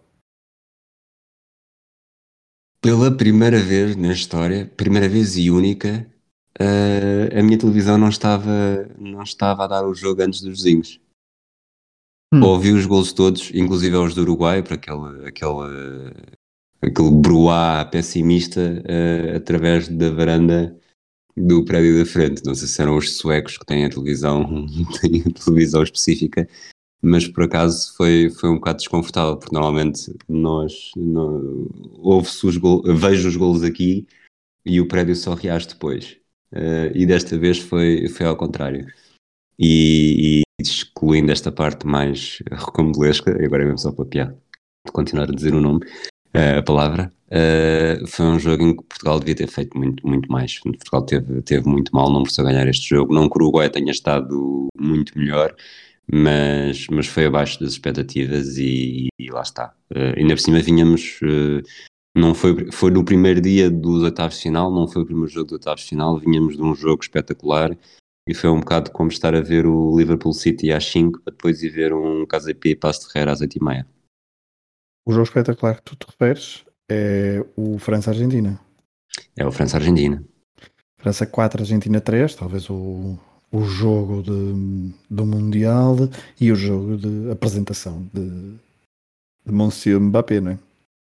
Pela primeira vez na história, primeira vez e única, Uh, a minha televisão não estava, não estava a dar o jogo antes dos vizinhos. Hum. Ouvi os golos todos, inclusive os do Uruguai, para aquele, aquele, aquele bruá pessimista uh, através da varanda do prédio da frente. Não sei se eram os suecos que têm a televisão, têm a televisão específica, mas por acaso foi, foi um bocado desconfortável, porque normalmente nós, não, ouve-se os golos, vejo os golos aqui e o prédio só reage depois. Uh, e desta vez foi, foi ao contrário. E, e excluindo esta parte mais recombolesca, agora é mesmo só para piar de continuar a dizer o nome, uh, a palavra, uh, foi um jogo em que Portugal devia ter feito muito, muito mais. Portugal teve, teve muito mal, não precisou ganhar este jogo. Não que o Uruguai tenha estado muito melhor, mas, mas foi abaixo das expectativas e, e lá está. Uh, ainda por cima vinhamos, uh, não foi, foi no primeiro dia dos oitavos de final, não foi o primeiro jogo dos oitavos de final, vinhamos de um jogo espetacular e foi um bocado como estar a ver o Liverpool City às cinco para depois ir ver um K Z P Paço de Ferreira às oito e meia. O jogo espetacular que tu te referes é o França-Argentina. É o França-Argentina. França quatro, Argentina três, talvez o, o jogo de, do Mundial e o jogo de apresentação de, de Monsieur Mbappé, não é?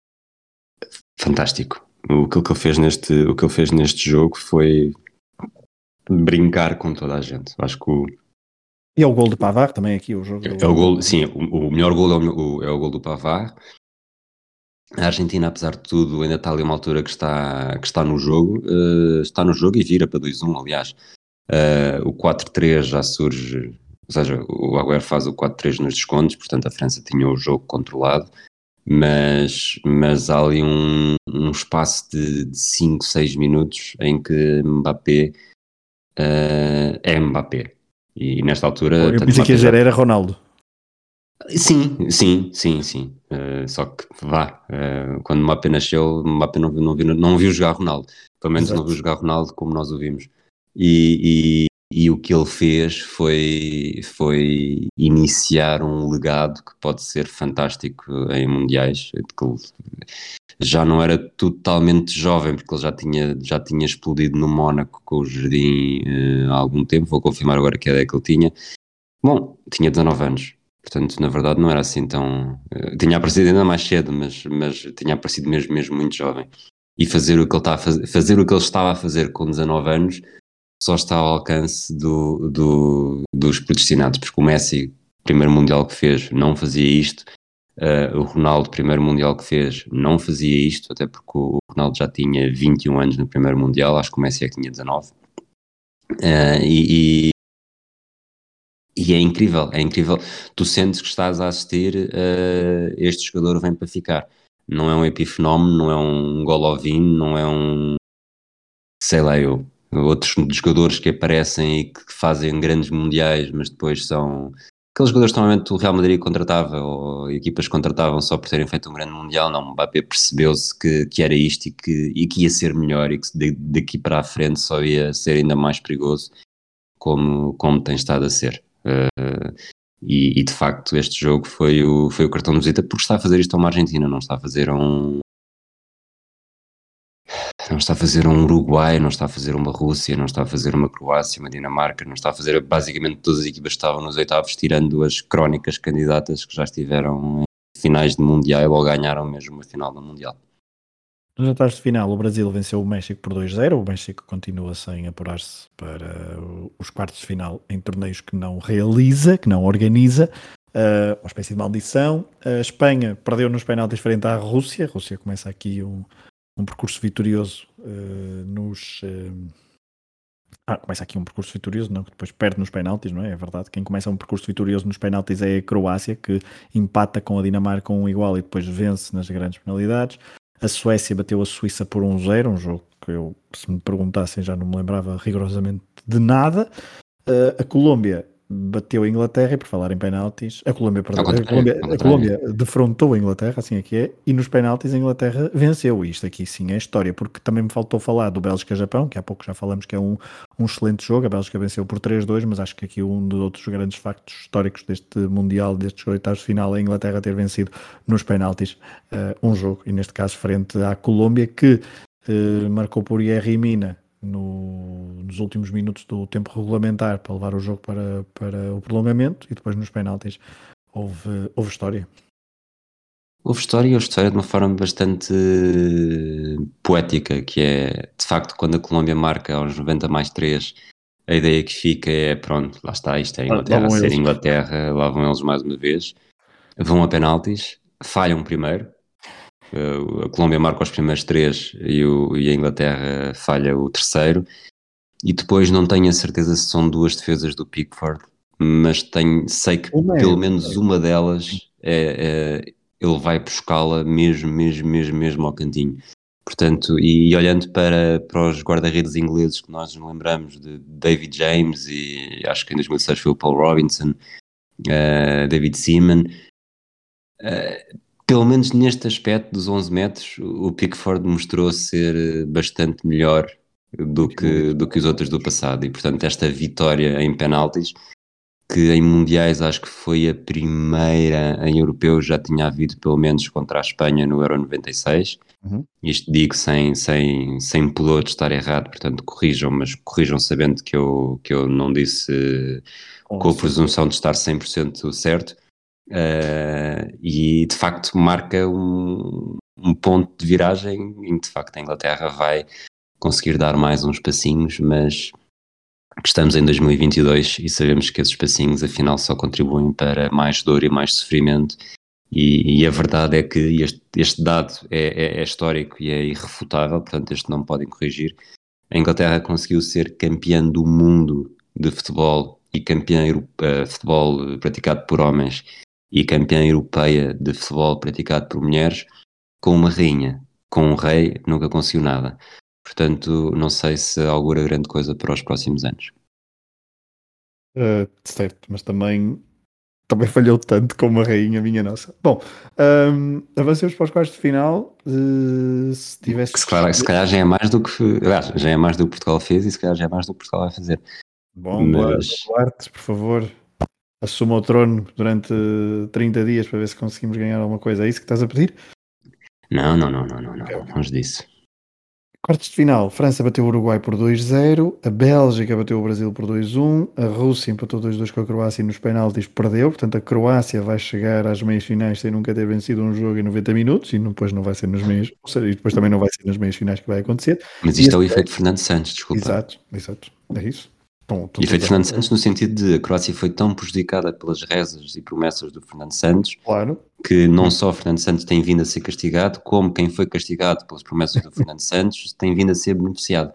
Fantástico. O que ele fez neste, o que ele fez neste jogo foi brincar com toda a gente. Acho que o, E é o gol de Pavard também aqui, o jogo. é, Do... é o gol, sim, o, o melhor gol é o, é o gol do Pavard. A Argentina, apesar de tudo, ainda está ali uma altura que está, que está no jogo, uh, está no jogo e vira para dois a um, aliás. Uh, o quatro três já surge, ou seja, o Agüero faz o quatro três nos descontos, portanto a França tinha o jogo controlado, mas, mas há ali um, um espaço de cinco, seis minutos em que Mbappé uh, é Mbappé. E nesta altura... Eu pensei que a gerar era Ronaldo. Sim, sim, sim, sim. Uh, só que vá, uh, quando Mbappé nasceu, Mbappé não, não, viu, não viu jogar Ronaldo. Pelo menos Exato. Não viu jogar Ronaldo como nós o vimos. E, e, e o que ele fez foi, foi iniciar um legado que pode ser fantástico em mundiais. Que ele já não era totalmente jovem, porque ele já tinha, já tinha explodido no Mónaco com o Jardim uh, há algum tempo. Vou confirmar agora que ideia que ele tinha. Bom, tinha dezanove anos. Portanto, na verdade não era assim tão... Uh, tinha aparecido ainda mais cedo, mas, mas tinha aparecido mesmo, mesmo muito jovem. E fazer o que ele estava a fazer, fazer o que ele estava a fazer com dezanove anos só está ao alcance do, do, dos predestinados, porque o Messi, primeiro Mundial que fez, não fazia isto. Uh, o Ronaldo, primeiro Mundial que fez, não fazia isto, até porque o Ronaldo já tinha vinte e um anos no primeiro Mundial, acho que o Messi é que tinha dezanove. Uh, e... e E é incrível, é incrível. Tu sentes que estás a assistir, uh, este jogador vem para ficar. Não é um epifenómeno, não é um Golovin, não é um, sei lá eu, outros jogadores que aparecem e que fazem grandes mundiais, mas depois são aqueles jogadores que normalmente o Real Madrid contratava ou equipas contratavam só por terem feito um grande mundial. Não, o Mbappé percebeu-se que, que era isto e que, e que ia ser melhor e que daqui para a frente só ia ser ainda mais perigoso, como, como tem estado a ser. Uh, e, e de facto este jogo foi o, foi o cartão de visita, porque está a fazer isto a uma Argentina, não está a fazer a um não está a fazer um Uruguai, não está a fazer uma Rússia, não está a fazer uma Croácia, uma Dinamarca, não está a fazer basicamente todas as equipas que estavam nos oitavos, tirando as crónicas candidatas que já estiveram em finais de Mundial ou ganharam mesmo uma final do Mundial. Nos oitavos de final, o Brasil venceu o México por dois a zero. O México continua sem apurar-se para os quartos de final em torneios que não realiza, que não organiza. Uh, uma espécie de maldição. A Espanha perdeu nos penaltis frente à Rússia. A Rússia começa aqui um, um percurso vitorioso uh, nos... Uh... Ah, começa aqui um percurso vitorioso, não, que depois perde nos penaltis, não é? É verdade. Quem começa um percurso vitorioso nos penaltis é a Croácia, que empata com a Dinamarca um igual e depois vence nas grandes penalidades. A Suécia bateu a Suíça por um zero, um jogo que eu, se me perguntassem, já não me lembrava rigorosamente de nada. Uh, a Colômbia bateu a Inglaterra, e por falar em penaltis, a Colômbia, perdão, a Colômbia, a Colômbia defrontou a Inglaterra, assim é que é, e nos penaltis a Inglaterra venceu. E isto aqui sim é história, porque também me faltou falar do Bélgica-Japão, que há pouco já falamos que é um, um excelente jogo. A Bélgica venceu por três a dois, mas acho que aqui um dos outros grandes factos históricos deste Mundial, destes oitavos de final, é a Inglaterra ter vencido nos penaltis uh, um jogo, e neste caso frente à Colômbia, que uh, marcou por Yerry Mina No, nos últimos minutos do tempo regulamentar para levar o jogo para, para o prolongamento, e depois nos penaltis houve, houve história. Houve história e houve história de uma forma bastante poética, que é, de facto, quando a Colômbia marca aos noventa mais três, a ideia que fica é, pronto, lá está, isto é Inglaterra a ser eles. Inglaterra, lá vão eles mais uma vez, vão a penaltis, falham primeiro. A Colômbia marca os primeiros três e, o, e a Inglaterra falha o terceiro, e depois não tenho a certeza se são duas defesas do Pickford, mas tenho, sei que uma pelo é, menos é. uma delas é, é, ele vai buscá-la mesmo, mesmo, mesmo, mesmo ao cantinho. Portanto, e, e olhando para, para os guarda-redes ingleses que nós nos lembramos de David James, e acho que em dois mil e seis foi o Paul Robinson, uh, David Seaman. Uh, pelo menos neste aspecto dos onze metros, o Pickford mostrou ser bastante melhor do que, do que os outros do passado, e portanto esta vitória em penaltis, que em mundiais acho que foi a primeira, em europeu já tinha havido pelo menos contra a Espanha no Euro noventa e seis, uhum. Isto digo sem, sem, sem pudor de estar errado, portanto corrijam, mas corrijam sabendo que eu, que eu não disse com, com a presunção de estar cem por cento certo. Uh, e de facto marca um, um ponto de viragem em que de facto a Inglaterra vai conseguir dar mais uns passinhos, mas estamos em dois mil e vinte e dois e sabemos que esses passinhos afinal só contribuem para mais dor e mais sofrimento, e, e a verdade é que este, este dado é, é, é histórico e é irrefutável, portanto este não podem corrigir. A Inglaterra conseguiu ser campeã do mundo de futebol e campeã de uh, futebol praticado por homens e campeã europeia de futebol praticado por mulheres, com uma rainha. Com um rei nunca conseguiu nada. Portanto, não sei se augura grande coisa para os próximos anos. Uh, certo, mas também, também falhou tanto como uma rainha, minha nossa. Bom, um, avancemos para os quartos de final. Uh, se tivesse... se, calhar, se calhar já é mais do que... Aliás, já é mais do que Portugal fez, e se calhar já é mais do que Portugal vai fazer. Bom, mas... Duarte, por favor, assuma o trono durante trinta dias para ver se conseguimos ganhar alguma coisa. É isso que estás a pedir? Não, não, não, não, não, não, okay, okay. Longe disso. Quartos de final, França bateu o Uruguai por dois zero, a Bélgica bateu o Brasil por dois um, a Rússia empatou dois dois com a Croácia e nos penaltis perdeu, portanto a Croácia vai chegar às meias finais sem nunca ter vencido um jogo em noventa minutos, e depois não vai ser nas meias, e depois também não vai ser nas meias finais que vai acontecer. Mas isto e é o efeito Fernando Santos, desculpa. Exato, exato, é isso. Bom, e efeito Fernando Santos no sentido de a Croácia foi tão prejudicada pelas rezas e promessas do Fernando Santos, claro, que não só o Fernando Santos tem vindo a ser castigado, como quem foi castigado pelas promessas do Fernando Santos tem vindo a ser beneficiado.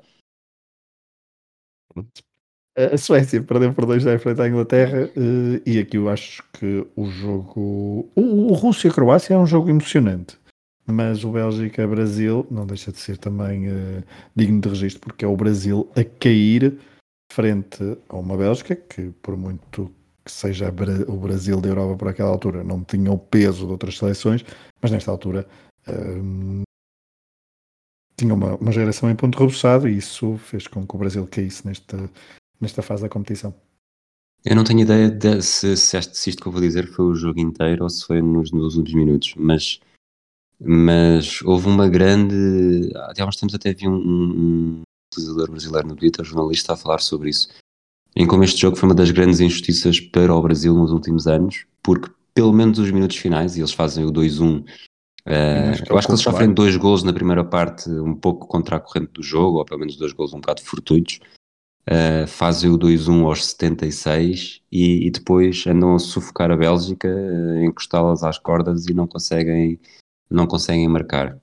A Suécia perdeu por dois zero frente à Inglaterra, e aqui eu acho que o jogo... O, o Rússia-Croácia é um jogo emocionante, mas o Bélgica-Brasil não deixa de ser também uh, digno de registro, porque é o Brasil a cair frente a uma Bélgica que, por muito que seja o Brasil da Europa por aquela altura, não tinha o peso de outras seleções, mas nesta altura um, tinha uma, uma geração em ponto rebuçado, e isso fez com que o Brasil caísse nesta, nesta fase da competição. Eu não tenho ideia de, se, se, este, se isto que eu vou dizer foi o jogo inteiro ou se foi nos, nos últimos minutos, mas, mas houve uma grande... Até há uns tempos até vi um, um utilizador brasileiro no Twitter, jornalista, a falar sobre isso, em como este jogo foi uma das grandes injustiças para o Brasil nos últimos anos, porque pelo menos os minutos finais, e eles fazem o dois um, uh, acho eu acho que eles sofrem dois golos na primeira parte, um pouco contra a corrente do jogo, ou pelo menos dois golos um bocado fortuitos, uh, fazem o dois um aos setenta e seis, e, e depois andam a sufocar a Bélgica, uh, encostá-las às cordas, e não conseguem, não conseguem marcar.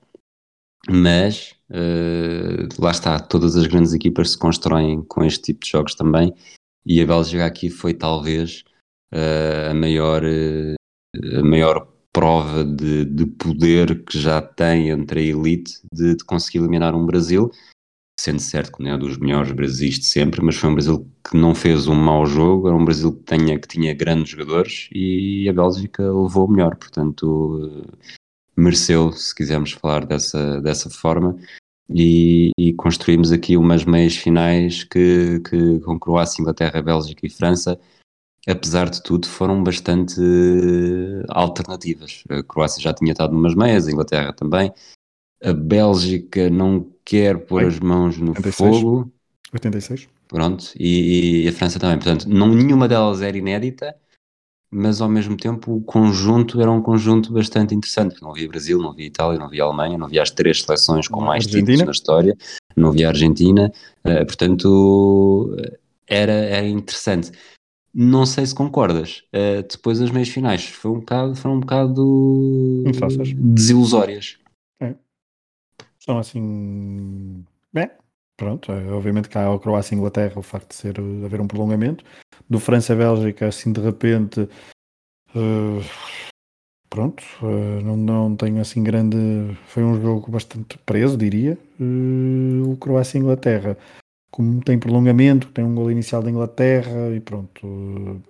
Mas uh, lá está, todas as grandes equipas se constroem com este tipo de jogos também, e a Bélgica aqui foi talvez uh, a, maior, uh, a maior prova de, de poder que já tem entre a elite de, de conseguir eliminar um Brasil, sendo certo que não é dos melhores Brasis de sempre, mas foi um Brasil que não fez um mau jogo, era um Brasil que tinha, que tinha grandes jogadores, e a Bélgica levou o melhor, portanto... Uh, mereceu, se quisermos falar dessa, dessa forma, e, e construímos aqui umas meias finais que, que com Croácia, Inglaterra, Bélgica e França, apesar de tudo, foram bastante alternativas. A Croácia já tinha estado numas meias, a Inglaterra também, a Bélgica não quer pôr Oi, as mãos no oitenta e seis. Fogo. oitenta e seis. Pronto, e, e a França também. Portanto, não, nenhuma delas era inédita, mas ao mesmo tempo o conjunto era um conjunto bastante interessante. Não havia Brasil, não havia Itália, não havia Alemanha, não havia as três seleções com mais Argentina. Títulos na história, não havia Argentina, uh, portanto era, era interessante. Não sei se concordas, uh, depois as meias finais foi um bocado, foram um bocado desilusórias. É. São assim... Bem, pronto, é, obviamente que há a Croácia e a Inglaterra o facto de, ser, de haver um prolongamento. Do França-Bélgica, assim de repente, uh, pronto, uh, não, não tenho assim grande... Foi um jogo bastante preso, diria. Uh, o Croácia-Inglaterra, como tem prolongamento, tem um gol inicial da Inglaterra, e pronto, uh,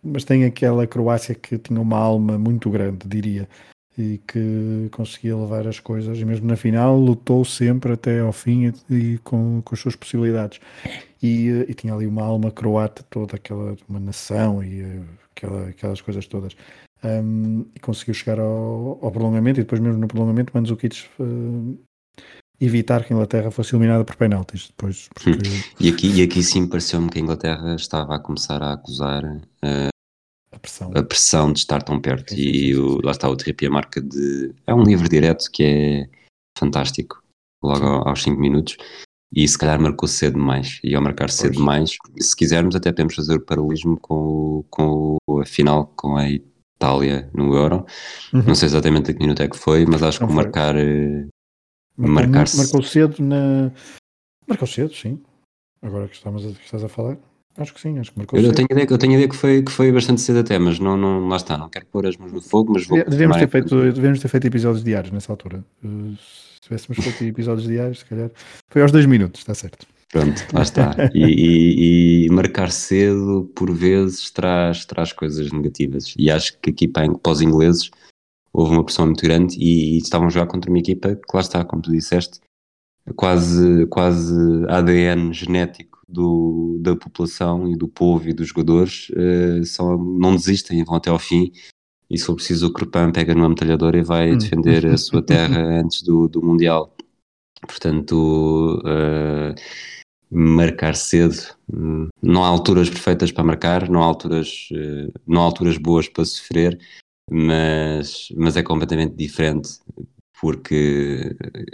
mas tem aquela Croácia que tinha uma alma muito grande, diria, e que conseguia levar as coisas, e mesmo na final lutou sempre até ao fim e, e com, com as suas possibilidades. E, e tinha ali uma alma croata toda, aquela uma nação e aquela, aquelas coisas todas. Um, e conseguiu chegar ao, ao prolongamento, e depois mesmo no prolongamento Mandzukic uh, evitar que a Inglaterra fosse eliminada por penaltis depois, porque... hum. e, aqui, e aqui sim pareceu-me que a Inglaterra estava a começar a acusar uh, a, pressão. a pressão de estar tão perto. Sim, sim, e sim, sim, o, sim. lá está o Trippier, a marca de é um livre direto que é fantástico logo sim. aos cinco minutos, e se calhar marcou cedo demais, e ao marcar cedo pois. demais, se quisermos até podemos fazer o paralelismo com, com a final com a Itália no Euro. Uhum. Não sei exatamente a que minuto é que foi, mas acho não que o marcar marcou, marcar muito, marcou cedo na marcou cedo, sim. Agora que, estamos a, que estás a falar, acho que sim, acho que marcou eu cedo. Tenho ideia, eu tenho ideia que foi, que foi bastante cedo até, mas não, não, lá está, não quero pôr as mãos no fogo, mas vou devemos ter, feito, devemos ter feito episódios diários nessa altura. Uh, se tivéssemos feito episódios diários, se calhar foi aos dois minutos, está certo. Pronto, lá está. E, e, e marcar cedo, por vezes, traz, traz coisas negativas. E acho que aqui para, para os ingleses houve uma pressão muito grande, e, e estavam a jogar contra uma equipa que, lá está, como tu disseste, quase, quase A D N genético do, da população e do povo e dos jogadores, uh, são, não desistem, vão até ao fim. E se for preciso, o Crepin pega numa metralhadora e vai defender a sua terra antes do, do Mundial. Portanto, uh, marcar cedo, uh, não há alturas perfeitas para marcar, não há alturas, uh, não há alturas boas para sofrer, mas, mas é completamente diferente, porque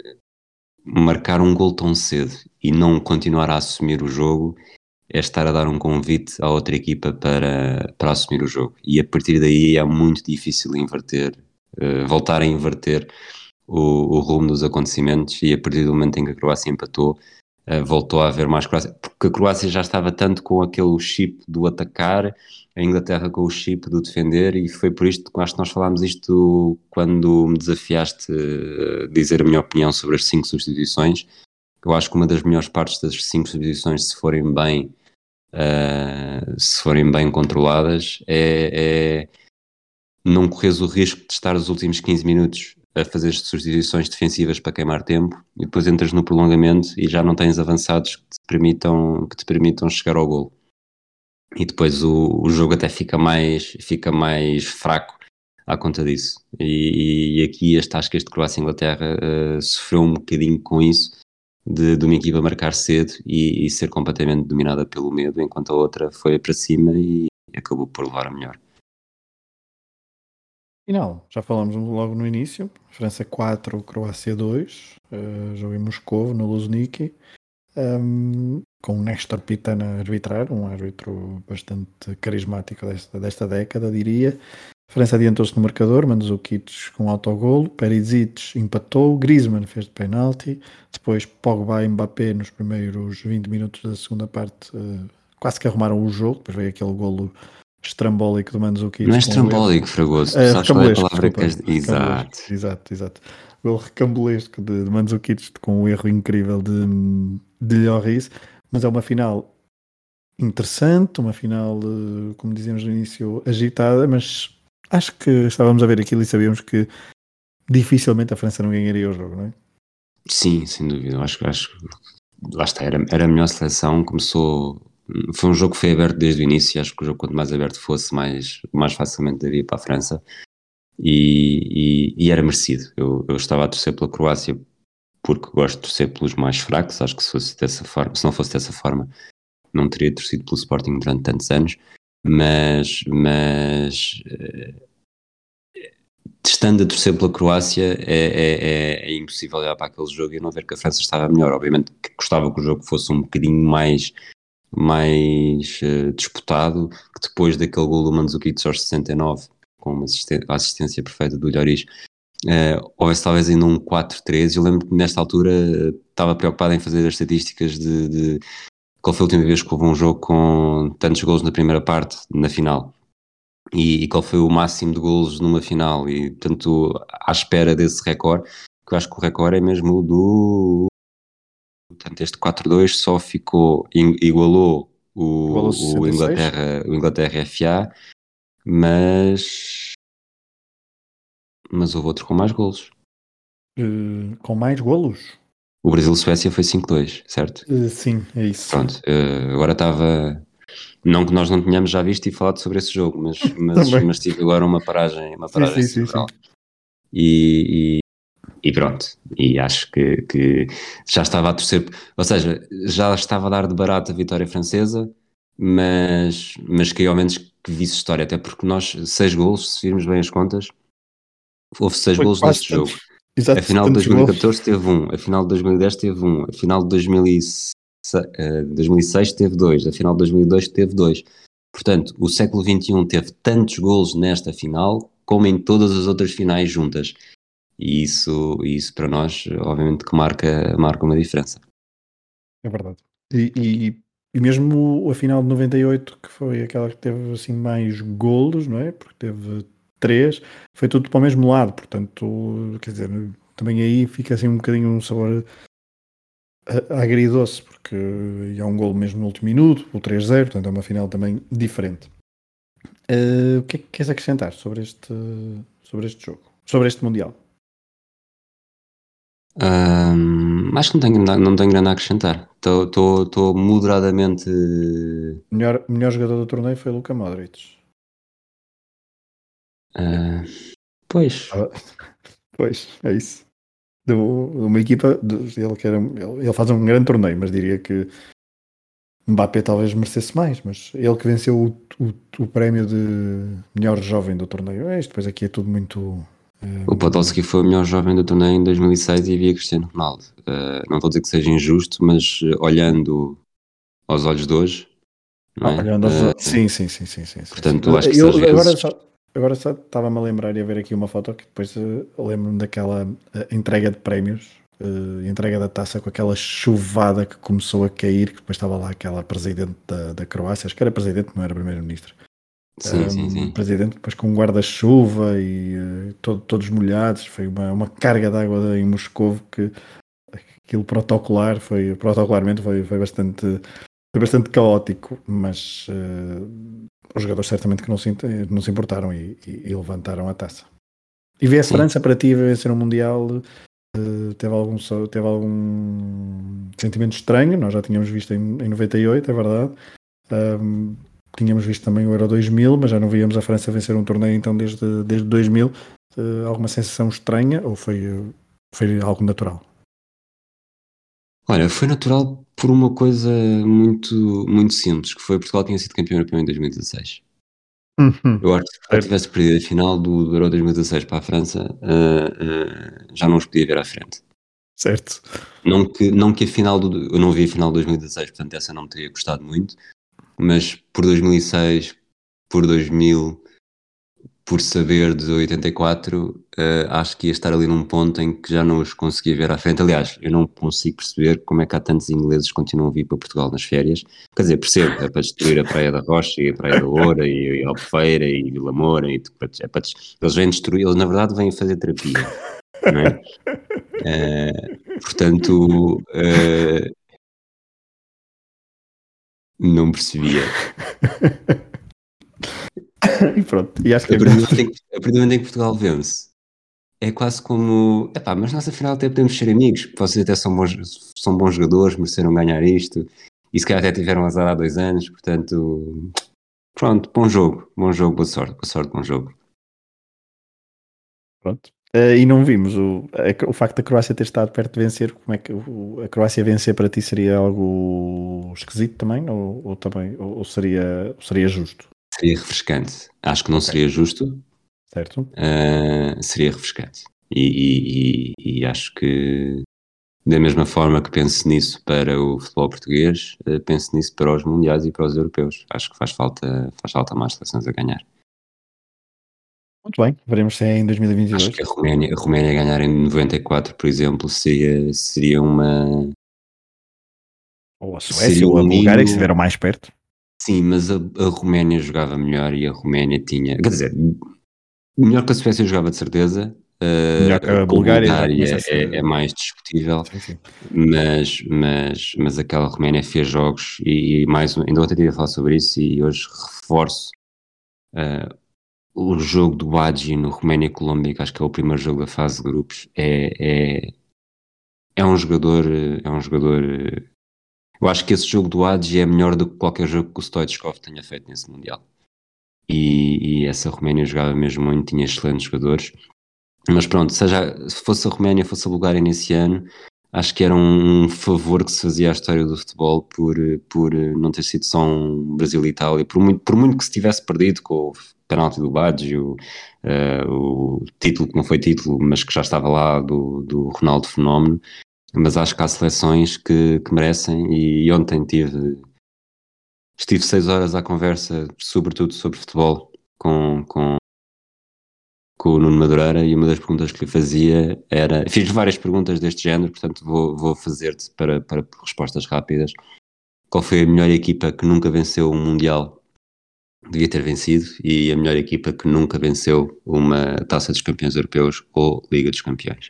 marcar um gol tão cedo e não continuar a assumir o jogo é estar a dar um convite à outra equipa para, para assumir o jogo, e a partir daí é muito difícil inverter, uh, voltar a inverter o, o rumo dos acontecimentos, e a partir do momento em que a Croácia empatou, uh, voltou a haver mais Croácia, porque a Croácia já estava tanto com aquele chip do atacar, a Inglaterra com o chip do defender, e foi por isto que acho que nós falámos isto quando me desafiaste a dizer a minha opinião sobre as cinco substituições. Eu acho que uma das melhores partes das cinco substituições, se forem bem, uh, se forem bem controladas, é, é não correres o risco de estar os últimos quinze minutos a fazer substituições defensivas para queimar tempo, e depois entras no prolongamento e já não tens avançados que te permitam, que te permitam chegar ao golo. E depois o, o jogo até fica mais, fica mais fraco à conta disso. E, e aqui este, acho que este Croácia-Inglaterra uh, sofreu um bocadinho com isso, de, de uma equipa marcar cedo e, e ser completamente dominada pelo medo, enquanto a outra foi para cima e acabou por levar a melhor. Final, já falamos logo no início, França quatro, Croácia dois, uh, jogo em Moscovo, no Luzhniki, um, com Néstor Pitana a arbitrar, um árbitro bastante carismático desta, desta década, diria. A França adiantou-se no marcador, Mandzukic com autogolo, Perisic empatou, Griezmann fez de penalti, depois Pogba e Mbappé nos primeiros vinte minutos da segunda parte uh, quase que arrumaram o jogo, depois veio aquele golo estrambólico do Mandzukic. Não é estrambólico, Fragoso, uh, sabes qual é a palavra que és... Exato. Exato, exato. O golo recambulesco de, de Mandzukic com o erro incrível de, de Lloris, mas é uma final interessante, uma final, uh, como dizíamos no início, agitada, mas acho que estávamos a ver aquilo e sabíamos que dificilmente a França não ganharia o jogo, não é? Sim, sem dúvida. Acho, acho que lá está, era, era a melhor seleção. Começou, foi um jogo que foi aberto desde o início. Acho que o jogo, quanto mais aberto fosse, mais, mais facilmente daria para a França, e, e, e era merecido. Eu, eu estava a torcer pela Croácia porque gosto de torcer pelos mais fracos. Acho que se fosse dessa forma, se não fosse dessa forma, não teria torcido pelo Sporting durante tantos anos. Mas, mas estando a torcer pela Croácia, é, é, é impossível olhar para aquele jogo e não ver que a França estava melhor. Obviamente que gostava que o jogo fosse um bocadinho mais, mais uh, disputado, que depois daquele gol do Mandzukic aos sessenta e nove, com uma assistência, a assistência perfeita do Lloris, uh, houvesse talvez ainda um quatro três. Eu lembro que nesta altura uh, estava preocupado em fazer as estatísticas de, de qual foi a última vez que houve um jogo com tantos golos na primeira parte, na final. E, e qual foi o máximo de golos numa final, e portanto à espera desse recorde, que eu acho que o recorde é mesmo o do, portanto este quatro dois só ficou, igualou o, o, Inglaterra, o Inglaterra F A, mas mas houve outro com mais golos. Uh, com mais golos? O Brasil-Suécia foi cinco dois, certo? Uh, sim, é isso. Pronto, uh, agora estava... Não que nós não tenhamos já visto e falado sobre esse jogo, mas, mas, mas tive agora uma paragem, uma paragem sim, sim, cerebral. sim, sim. E, e, e pronto, e acho que, que já estava a torcer, ou seja, já estava a dar de barato a vitória francesa, mas, mas que ao menos que visse história, até porque nós, seis golos, se virmos bem as contas, houve seis Foi golos quase neste tantos. jogo. Exato, A final de tantos dois mil e golos. catorze teve um, a final de dois mil e dez teve um, a final de dois mil e seis teve dois, a final de dois mil e dois teve dois. Portanto, o século vinte e um teve tantos golos nesta final como em todas as outras finais juntas. E isso, isso para nós, obviamente, que marca, marca uma diferença. É verdade. E, e, e mesmo a final de noventa e oito, que foi aquela que teve assim mais golos, não é? Porque teve três, foi tudo para o mesmo lado. Portanto, quer dizer, também aí fica assim um bocadinho um sabor agridoce, porque há um golo mesmo no último minuto, o três zero, portanto é uma final também diferente. Uh, o que é que queres acrescentar sobre este, sobre este jogo? Sobre este Mundial? Um, acho que não tenho, não tenho grande a acrescentar. Estou moderadamente... Melhor, melhor jogador do torneio foi Luka Modric. Uh, pois. Ah, pois, é isso. De uma equipa, de, ele, que era, ele, ele faz um grande torneio, mas diria que Mbappé talvez merecesse mais, mas ele que venceu o, o, o prémio de melhor jovem do torneio. É, isto depois aqui é tudo muito... Um... O Podolski foi o melhor jovem do torneio em dois mil e seis e havia Cristiano Ronaldo. Uh, não vou dizer que seja injusto, mas uh, olhando aos olhos de hoje, não é? Ah, olhando aos... Uh, sim, sim, sim, sim, sim, portanto, sim. acho que eu, às vezes... agora só, agora só estava-me a lembrar e a ver aqui uma foto que depois uh, lembro-me daquela uh, entrega de prémios, uh, entrega da taça com aquela chuvada que começou a cair, que depois estava lá aquela presidente da, da Croácia, acho que era presidente, não era primeiro-ministro. Sim, um, sim, sim. Presidente depois com um guarda-chuva e uh, todo, todos molhados, foi uma, uma carga de água em Moscovo que aquilo protocolar foi, protocolarmente foi, foi bastante foi bastante caótico, mas uh, os jogadores certamente que não se, não se importaram e, e, e levantaram a taça. E ver a França para ti vencer um Mundial, uh, teve, algum, teve algum sentimento estranho, nós já tínhamos visto em, em noventa e oito, é verdade. Um, tínhamos visto também o Euro dois mil, mas já não víamos a França vencer um torneio então desde, desde dois mil. Uh, alguma sensação estranha ou foi, foi algo natural? Olha, foi natural por uma coisa muito, muito simples, que foi Portugal tinha sido campeão europeu em dois mil e dezasseis. Uhum. Eu acho que se Portugal tivesse perdido a final do, do Euro dois mil e dezasseis para a França, uh, uh, já não os podia ver à frente. Certo. Não que, não que a final do... Eu não vi a final de dois mil e dezasseis, portanto essa não me teria gostado muito, mas por dois mil e seis, por dois mil, por saber de oitenta e quatro, uh, acho que ia estar ali num ponto em que já não os conseguia ver à frente. Aliás, eu não consigo perceber como é que há tantos ingleses que continuam a vir para Portugal nas férias. Quer dizer, percebo, é para destruir a Praia da Rocha e a Praia da Loura e, e a Albufeira e Vila Moura e é para, eles vêm destruir, eles na verdade vêm fazer terapia, não é? Uh, portanto, uh, não percebia. E pronto, e acho que a partir, é que, a partir do momento em que Portugal vence, é quase como, epá, mas nós afinal até podemos ser amigos, vocês até são bons, são bons jogadores, mereceram ganhar isto, e se calhar até tiveram azar há dois anos, portanto, pronto, bom jogo, bom jogo, boa sorte, boa sorte, bom jogo. Pronto. Uh, e não vimos o, a, o facto da Croácia ter estado perto de vencer. Como é que o, a Croácia vencer para ti seria algo esquisito também? Ou, ou também ou, ou seria, ou seria justo? Seria refrescante. Acho que não okay. seria justo. Certo. Uh, seria refrescante. E, e, e, e acho que da mesma forma que penso nisso para o futebol português, uh, penso nisso para os mundiais e para os europeus. Acho que faz falta, faz falta mais seleções a ganhar. Muito bem, veremos se é em dois mil e vinte e dois. Acho que a Roménia, a Roménia ganhar em noventa e quatro, por exemplo, seria, seria uma... Ou a Suécia ou a Bulgária, que estiveram mais perto. Sim, mas a, a Roménia jogava melhor e a Roménia tinha... Quer dizer, melhor que a Suécia jogava de certeza. Melhor que a, a Bulgária, Bulgária já é, ser... é mais discutível. Sim, sim. Mas, mas, mas aquela Roménia fez jogos e, e mais... Ainda ontem tive a falar sobre isso e hoje reforço... Uh, o jogo do Hagi no Roménia-Colômbia, que acho que é o primeiro jogo da fase de grupos, é, é, é um jogador, é um jogador, eu acho que esse jogo do Hagi é melhor do que qualquer jogo que o Stoichkov tenha feito nesse Mundial. E, e essa Roménia jogava mesmo muito, tinha excelentes jogadores. Mas pronto, seja, se fosse a Roménia, fosse a Bulgária nesse ano, acho que era um favor que se fazia à história do futebol por, por não ter sido só um Brasil e Itália, por muito, por muito que se tivesse perdido com o penalti do Baggio, uh, o título que não foi título, mas que já estava lá do, do Ronaldo Fenómeno. Mas acho que há seleções que, que merecem, e ontem tive, estive seis horas à conversa, sobretudo sobre futebol, com... com com o Nuno Madureira, e uma das perguntas que lhe fazia era, fiz várias perguntas deste género, portanto vou, vou fazer-te para, para respostas rápidas. Qual foi a melhor equipa que nunca venceu um Mundial? Devia ter vencido. E a melhor equipa que nunca venceu uma Taça dos Campeões Europeus ou Liga dos Campeões?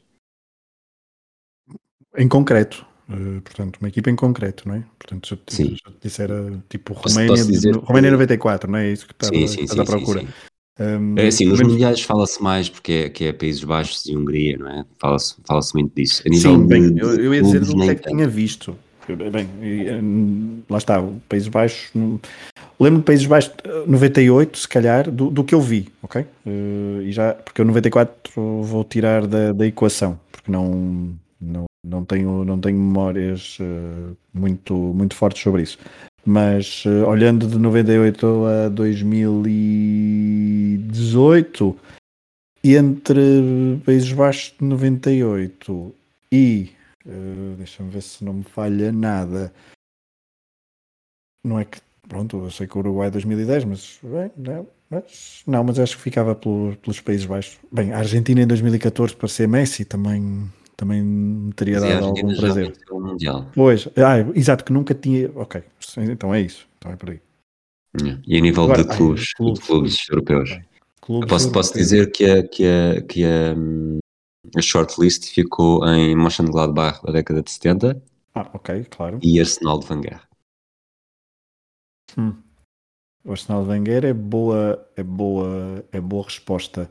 Em concreto, uh, portanto, uma equipa em concreto, não é? Portanto, se eu te, se eu te disser tipo Roménia, posso dizer no, Roménia noventa e quatro, não é isso que estás, sim, sim, estás à procura? Sim, sim. Um, é assim, nos menos... mundiais fala-se mais porque é, que é Países Baixos e Hungria, não é? Fala-se, fala-se muito disso. A nível Sim, bem, de, eu, de eu ia dizer clubes, do que nem é que tanto. tinha visto. Bem, lá está, o Países Baixos. Lembro de Países Baixos noventa e oito, se calhar, do, do que eu vi, ok? Uh, e já, porque eu noventa e quatro vou tirar da, da equação, porque não, não, não, tenho, não tenho memórias uh, muito, muito fortes sobre isso. Mas uh, olhando de noventa e oito a dois mil e dezoito, entre Países Baixos de noventa e oito e uh, deixa-me ver se não me falha nada. Não é que, pronto, eu sei que o Uruguai é dois mil e dez, mas, bem, não, mas não, mas acho que ficava pelo, pelos Países Baixos. Bem, a Argentina em dois mil e catorze para ser Messi também, também me teria Mas dado a algum Argentina já prazer. venceu o Mundial. Pois, ah, exato, que nunca tinha. Ok, então é isso, então é por aí. E a nível Agora, de ai, clubes, clubes, de clubes europeus, bem, clubes posso, posso europeus. dizer que a, que a, que a, a shortlist ficou em Mönchengladbach da década de setenta. Ah, ok, claro. E Arsenal de Wenger. Hum. O Arsenal de Wenger é boa, é boa, é boa resposta.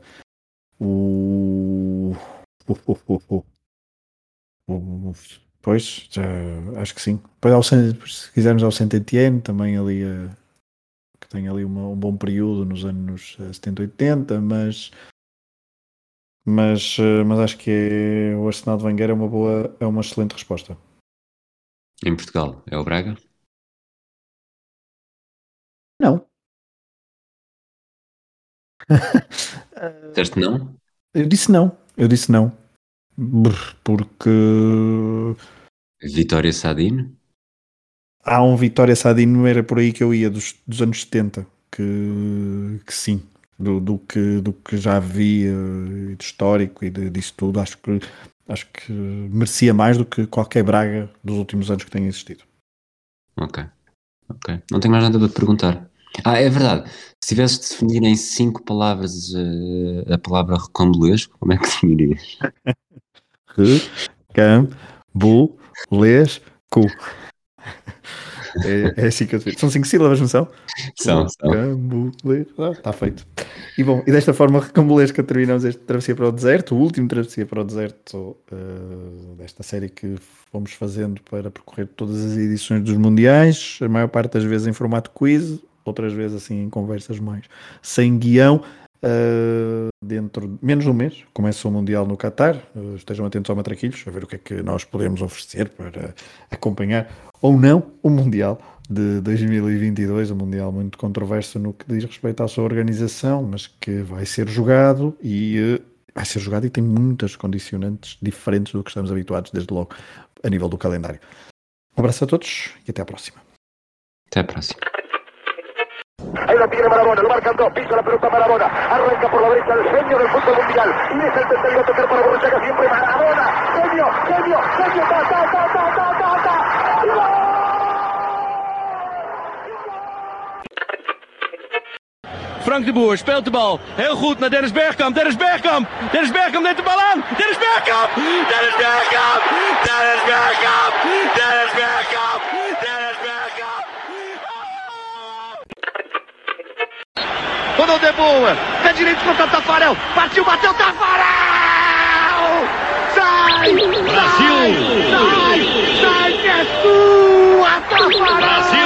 O... Uh, uh, uh, uh. Uh, pois, já, acho que sim. Depois, ao, se quisermos ao Saint-Étienne, também ali, uh, que tem ali uma, um bom período nos anos uh, setenta, oitenta, mas, mas, uh, mas acho que é, o Arsenal de Wenger é uma boa, é uma excelente resposta. Em Portugal, é o Braga? Não. Disseste não? Eu disse não. Eu disse não. Porque Vitória Sadino? há um Vitória Sadino, era por aí que eu ia, dos, dos anos setenta, que, que sim, do, do, que, do que já vi uh, de histórico e de, disso tudo, acho que, acho que merecia mais do que qualquer Braga dos últimos anos que tenha existido. Ok, ok. Não tenho mais nada para te perguntar. Ah, é verdade. Se tivesses de definir em cinco palavras uh, a palavra recambulesco, como é que definirias? Recambulesco. É, é assim que eu digo. São cinco sílabas, não são? São, são. Recambulesco. Ah, está feito. E bom, e desta forma recambulesca terminamos este Travessia para o Deserto, o último Travessia para o Deserto uh, desta série que fomos fazendo para percorrer todas as edições dos Mundiais, a maior parte das vezes em formato quiz, outras vezes assim em conversas mais sem guião. Uh, dentro de menos de um mês começa o Mundial no Qatar. Uh, estejam atentos ao Matraquilhos a ver o que é que nós podemos oferecer para acompanhar ou não o Mundial de dois mil e vinte e dois, um Mundial muito controverso no que diz respeito à sua organização, mas que vai ser jogado e uh, vai ser jogado e tem muitas condicionantes diferentes do que estamos habituados desde logo a nível do calendário. Um abraço a todos e até à próxima. Até à próxima. Ahí la tiene Maradona, lo marcan dos, pisa la pelota Maradona, arranca por la derecha el genio del fútbol mundial, y es el tercero a tocar para Borruchaga, siempre Maradona, genio, genio, genio, ta, ta, ta, ta, ta, ta, ta, Frank de Boer speelt de bal. Heel goed naar Dennis Bergkamp. Dennis Bergkamp. Dennis Bergkamp neemt de bal aan. Dennis Bergkamp. Dennis Bergkamp. Dennis Bergkamp. Dennis Bergkamp. Dennis Bergkamp. Ronaldo é boa. Pé direito contra Tafarel. Partiu, bateu, Tafarel! Sai! Brasil! Sai! Sai, que é sua, Tafarel! Brasil!